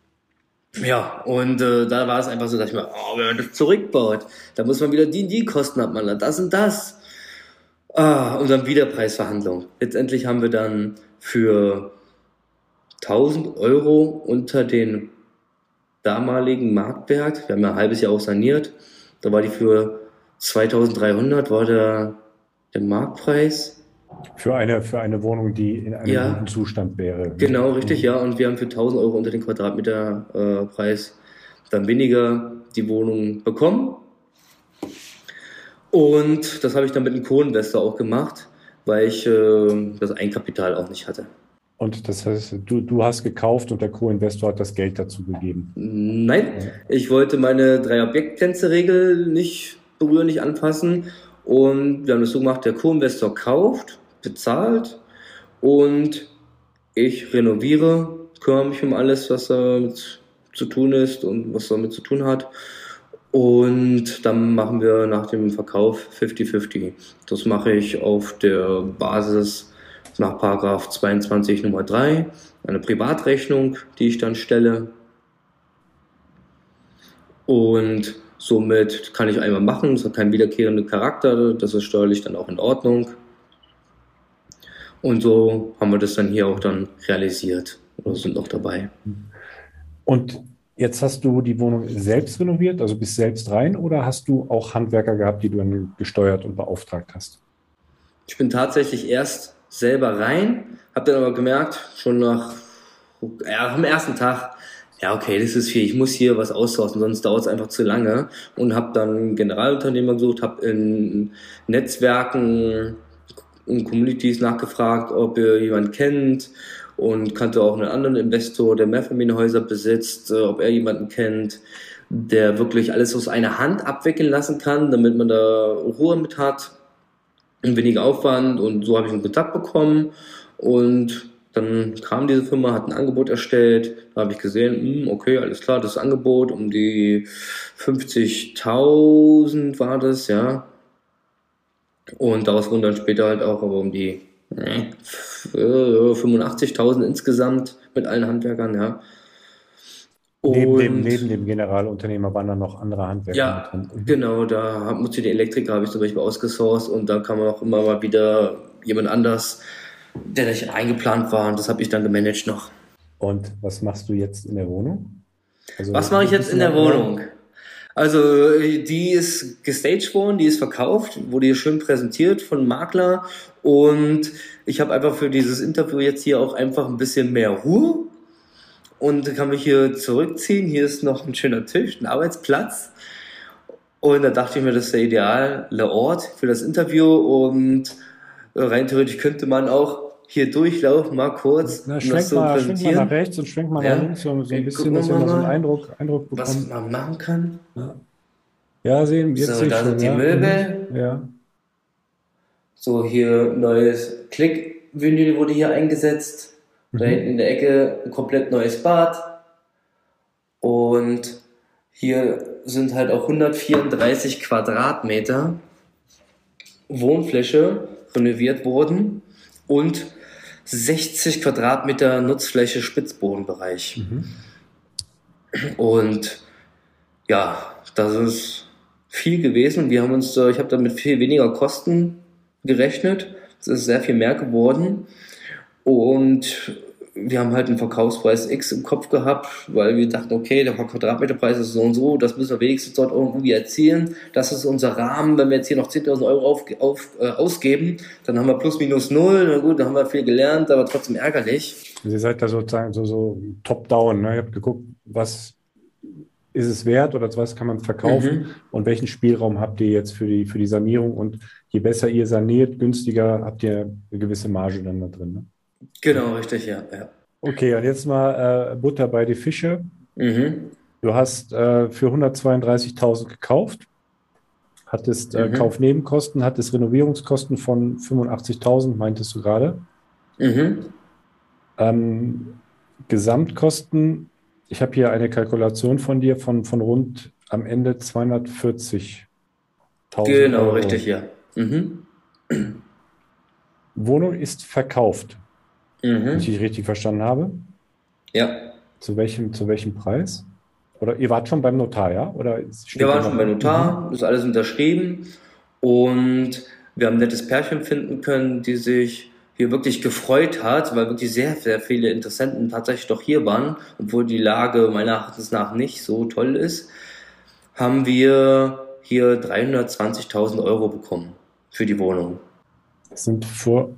Ja, und äh, da war es einfach so, dass ich mir, oh, wenn man das zurückbaut, da muss man wieder die und die Kosten abmalen, das und das. Ah, und dann wieder Preisverhandlung. Letztendlich haben wir dann für tausend Euro unter den damaligen Marktwert, wir haben ja ein halbes Jahr auch saniert, da war die für zweitausenddreihundert war der, der Marktpreis. Für eine, für eine Wohnung, die in einem Ja. guten Zustand wäre. Genau, richtig, ja. Und wir haben für tausend Euro unter den Quadratmeter äh, Preis dann weniger die Wohnung bekommen. Und das habe ich dann mit einem Co-Investor auch gemacht, weil ich äh, das Eigenkapital auch nicht hatte. Und das heißt, du, du hast gekauft und der Co-Investor hat das Geld dazu gegeben. Nein, ich wollte meine drei Objektgrenze-Regel nicht berühren, nicht anfassen. Und wir haben das so gemacht, der Co-Investor kauft, bezahlt und ich renoviere, kümmere mich um alles, was damit zu tun ist und was damit zu tun hat. Und dann machen wir nach dem Verkauf fünfzig fünfzig. Das mache ich auf der Basis nach Paragraph zweiundzwanzig Nummer drei, eine Privatrechnung, die ich dann stelle. Und somit kann ich einmal machen, es hat keinen wiederkehrenden Charakter, das ist steuerlich dann auch in Ordnung. Und so haben wir das dann hier auch dann realisiert oder sind noch dabei. Und jetzt hast du die Wohnung selbst renoviert, also bist selbst rein, oder hast du auch Handwerker gehabt, die du dann gesteuert und beauftragt hast? Ich bin tatsächlich erst selber rein, habe dann aber gemerkt, schon nach ja, am ersten Tag, ja, okay, das ist viel, ich muss hier was outsourcen, sonst dauert es einfach zu lange. Und habe dann einen Generalunternehmer gesucht, habe in Netzwerken und Communities nachgefragt, ob ihr jemanden kennt und kannte auch einen anderen Investor, der Mehrfamilienhäuser besitzt, ob er jemanden kennt, der wirklich alles aus einer Hand abwickeln lassen kann, damit man da Ruhe mit hat und weniger Aufwand. Und so habe ich einen Kontakt bekommen und dann kam diese Firma, hat ein Angebot erstellt, da habe ich gesehen, okay, alles klar, das Angebot um die fünfzigtausend war das, ja. Und daraus wurden dann später halt auch aber um die äh, fünfundachtzigtausend insgesamt mit allen Handwerkern, ja. Neben dem, neben dem Generalunternehmer waren dann noch andere Handwerker ja, mit drin. Genau, da musste die Elektriker, habe ich zum Beispiel ausgesourced und dann kam auch immer mal wieder jemand anders, der nicht eingeplant war und das habe ich dann gemanagt noch. Und was machst du jetzt in der Wohnung? Also, was mache ich jetzt in der Wohnung? Also die ist gestaged worden, die ist verkauft, wurde hier schön präsentiert von einem Makler und ich habe einfach für dieses Interview jetzt hier auch einfach ein bisschen mehr Ruhe und kann mich hier zurückziehen. Hier ist noch ein schöner Tisch, ein Arbeitsplatz und da dachte ich mir, das ist der ideale Ort für das Interview und rein theoretisch könnte man auch hier durchlaufen, mal kurz. Na, um schwenk, das zu mal, schwenk mal präsentieren. nach rechts und schwenk mal Ja. nach links, so, so ein Gucken bisschen, wir dass wir mal so einen mal, Eindruck, Eindruck was bekommen. man machen kann. Ja, sehen, jetzt So, sehe ich da schon. sind die ja. Möbel. Mhm. Ja. So, hier neues Klick-Vinyl wurde hier eingesetzt. Da Mhm. hinten in der Ecke ein komplett neues Bad. Und hier sind halt auch hundertvierunddreißig Quadratmeter Wohnfläche renoviert worden und sechzig Quadratmeter Nutzfläche Spitzbodenbereich. Mhm. Und ja, das ist viel gewesen. Wir haben uns, äh, ich habe damit viel weniger Kosten gerechnet. Es ist sehr viel mehr geworden. Und wir haben halt einen Verkaufspreis X im Kopf gehabt, weil wir dachten, okay, der Quadratmeterpreis ist so und so, das müssen wir wenigstens dort irgendwie erzielen. Das ist unser Rahmen. Wenn wir jetzt hier noch zehntausend Euro auf, auf, äh, ausgeben, dann haben wir plus minus null. Na gut, dann haben wir viel gelernt, aber trotzdem ärgerlich. Also ihr seid da sozusagen so, so top-down. Ne? Ihr habt geguckt, was ist es wert oder was kann man verkaufen Mhm. und welchen Spielraum habt ihr jetzt für die, für die Sanierung. Und je besser ihr saniert, günstiger habt ihr eine gewisse Marge dann da drin. Ne? Genau, richtig, ja. ja. Okay, und jetzt mal äh, Butter bei die Fische. Mhm. Du hast äh, für hundertzweiunddreißigtausend gekauft, hattest äh, Mhm. Kaufnebenkosten, hattest Renovierungskosten von fünfundachtzigtausend, meintest du gerade. Mhm. Ähm, Gesamtkosten, ich habe hier eine Kalkulation von dir von, von rund am Ende zweihundertvierzigtausend Genau, Euro. richtig, ja. Mhm. Wohnung ist verkauft, wenn Mhm. ich dich richtig verstanden habe. Ja, Zu welchem, zu welchem Preis? Oder ihr wart schon beim Notar, ja? Oder steht wir da waren noch- schon bei Notar, ist alles unterschrieben und wir haben ein nettes Pärchen finden können, die sich hier wirklich gefreut hat, weil wirklich sehr, sehr viele Interessenten tatsächlich doch hier waren, obwohl die Lage meiner Erachtens nach nicht so toll ist, haben wir hier dreihundertzwanzigtausend Euro bekommen für die Wohnung. Das sind vor,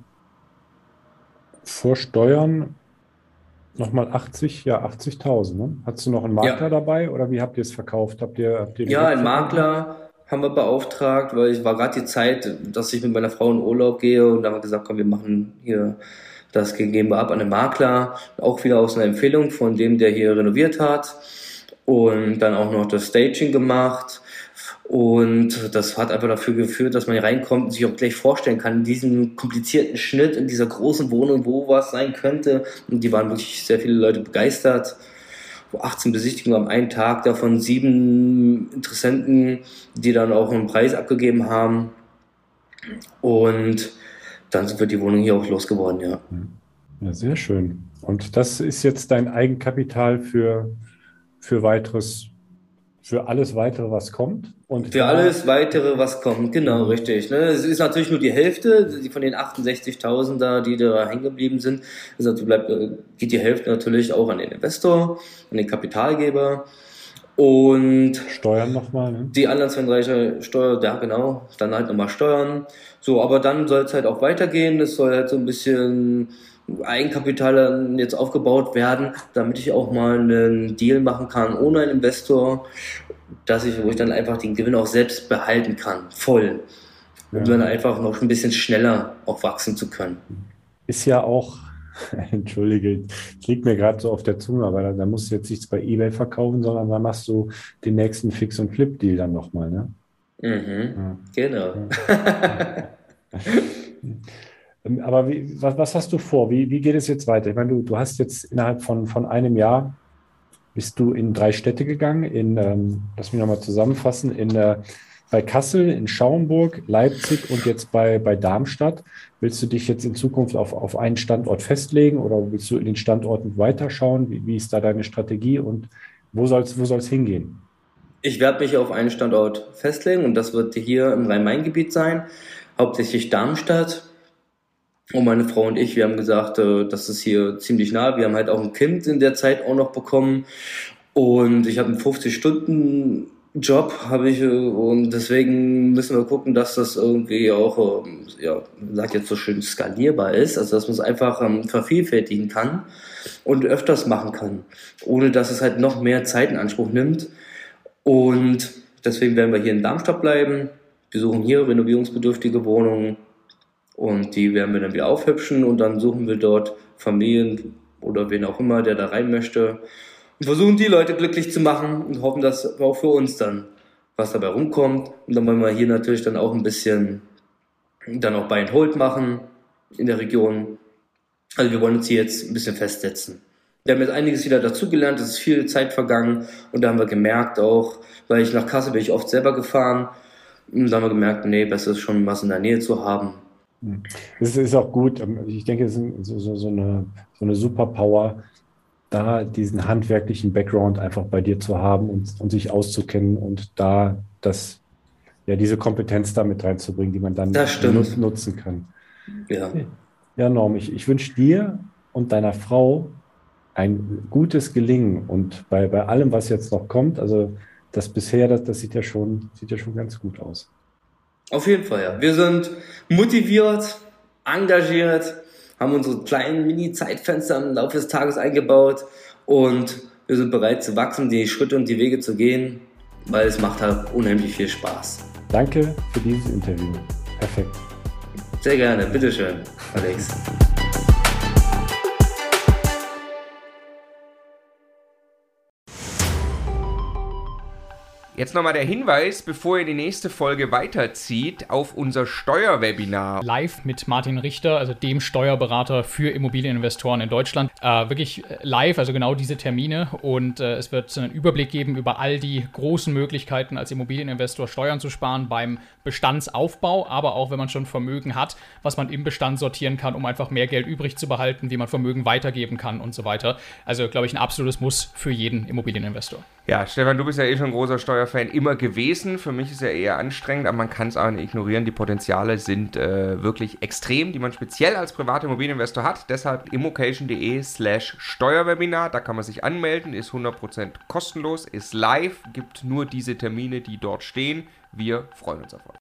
vor Steuern nochmal achtzig, ja, achtzigtausend. Ne? Hattest du noch einen Makler Ja. dabei oder wie habt ihr es verkauft? Habt ihr, habt ihr Ja, einen direkt Makler haben wir beauftragt, weil es war gerade die Zeit, dass ich mit meiner Frau in Urlaub gehe und dann haben wir gesagt, komm, wir machen hier das geben wir ab an den Makler, auch wieder aus einer Empfehlung von dem, der hier renoviert hat und dann auch noch das Staging gemacht und das hat einfach dafür geführt, dass man hier reinkommt und sich auch gleich vorstellen kann, in diesem komplizierten Schnitt, in dieser großen Wohnung, wo was sein könnte und die waren wirklich sehr viele Leute begeistert. achtzehn Besichtigungen am einen Tag, davon sieben Interessenten, die dann auch einen Preis abgegeben haben. Und dann sind wir die Wohnung hier auch losgeworden, ja. Ja, sehr schön. Und das ist jetzt dein Eigenkapital für, für weiteres, für alles weitere, was kommt? Und Für alles weitere, was kommt, genau, richtig. Ne? Es ist natürlich nur die Hälfte, die von den achtundsechzigtausend da, die da hängen geblieben sind, also bleibt, geht die Hälfte natürlich auch an den Investor, an den Kapitalgeber. Und Steuern nochmal, ne? die anderen zweiunddreißig Steuer, ja genau, dann halt nochmal Steuern. So, aber dann soll es halt auch weitergehen. Es soll halt so ein bisschen Eigenkapital dann jetzt aufgebaut werden, damit ich auch mal einen Deal machen kann ohne einen Investor, dass ich, wo ich dann einfach den Gewinn auch selbst behalten kann, voll. Um Ja. dann einfach noch ein bisschen schneller auch wachsen zu können. Ist ja auch, entschuldige, es liegt mir gerade so auf der Zunge, aber da, da musst du jetzt nichts bei eBay verkaufen, sondern da machst du den nächsten Fix- und Flip-Deal dann nochmal, ne? Mhm, Ja. genau. Ähm, Aber wie, was, was hast du vor? Wie, wie geht es jetzt weiter? Ich meine, du, du hast jetzt innerhalb von, von einem Jahr bist du in drei Städte gegangen, in, ähm, lass mich nochmal zusammenfassen, in, äh, bei Kassel, in Schaumburg, Leipzig und jetzt bei, bei Darmstadt. Willst du dich jetzt in Zukunft auf, auf einen Standort festlegen oder willst du in den Standorten weiterschauen? Wie, wie ist da deine Strategie und wo soll es wo soll's hingehen? Ich werde mich auf einen Standort festlegen und das wird hier im Rhein-Main-Gebiet sein, hauptsächlich Darmstadt. Und meine Frau und ich, wir haben gesagt, äh, das ist hier ziemlich nah. Wir haben halt auch ein Kind in der Zeit auch noch bekommen und ich habe einen fünfzig-Stunden-Job, habe ich, äh, und deswegen müssen wir gucken, dass das irgendwie auch, ähm, ja, man sagt jetzt so schön, skalierbar ist, also dass man es einfach ähm, vervielfältigen kann und öfters machen kann, ohne dass es halt noch mehr Zeit in Anspruch nimmt. Und deswegen werden wir hier in Darmstadt bleiben. Wir suchen hier renovierungsbedürftige Wohnungen Und die werden wir dann wieder aufhübschen und dann suchen wir dort Familien oder wen auch immer, der da rein möchte und versuchen die Leute glücklich zu machen und hoffen, dass auch für uns dann was dabei rumkommt. Und dann wollen wir hier natürlich dann auch ein bisschen dann auch Buy and Hold machen in der Region. Also wir wollen uns hier jetzt ein bisschen festsetzen. Wir haben jetzt einiges wieder dazugelernt, es ist viel Zeit vergangen und da haben wir gemerkt auch, weil ich nach Kassel bin ich oft selber gefahren und da haben wir gemerkt, nee, besser ist schon was in der Nähe zu haben. Es ist auch gut, ich denke, es ist so, so, so, eine, so eine Superpower, da diesen handwerklichen Background einfach bei dir zu haben und, und sich auszukennen und da das, ja, diese Kompetenz da mit reinzubringen, die man dann nut- nutzen kann. Ja, ja Norm, ich, ich wünsche dir und deiner Frau ein gutes Gelingen und bei, bei allem, was jetzt noch kommt, also das bisher, das, das sieht ja schon, sieht ja schon ganz gut aus. Auf jeden Fall, ja. Wir sind motiviert, engagiert, haben unsere kleinen Mini-Zeitfenster im Laufe des Tages eingebaut und wir sind bereit zu wachsen, die Schritte und die Wege zu gehen, weil es macht halt unheimlich viel Spaß. Danke für dieses Interview. Perfekt. Sehr gerne. Bitteschön, Alex. Jetzt nochmal der Hinweis, bevor ihr die nächste Folge weiterzieht, auf unser Steuerwebinar. Live mit Martin Richter, also dem Steuerberater für Immobilieninvestoren in Deutschland. Äh, wirklich live, also genau diese Termine. Und äh, es wird einen Überblick geben über all die großen Möglichkeiten, als Immobilieninvestor Steuern zu sparen beim Bestandsaufbau, aber auch, wenn man schon Vermögen hat, was man im Bestand sortieren kann, um einfach mehr Geld übrig zu behalten, wie man Vermögen weitergeben kann und so weiter. Also, glaube ich, ein absolutes Muss für jeden Immobilieninvestor. Ja, Stefan, du bist ja eh schon ein großer Steuerfan immer gewesen. Für mich ist er eher anstrengend, aber man kann es auch nicht ignorieren. Die Potenziale sind äh, wirklich extrem, die man speziell als privater Immobilieninvestor hat. Deshalb immocation.de slash Steuerwebinar. Da kann man sich anmelden, ist hundert Prozent kostenlos, ist live, gibt nur diese Termine, die dort stehen. Wir freuen uns auf euch.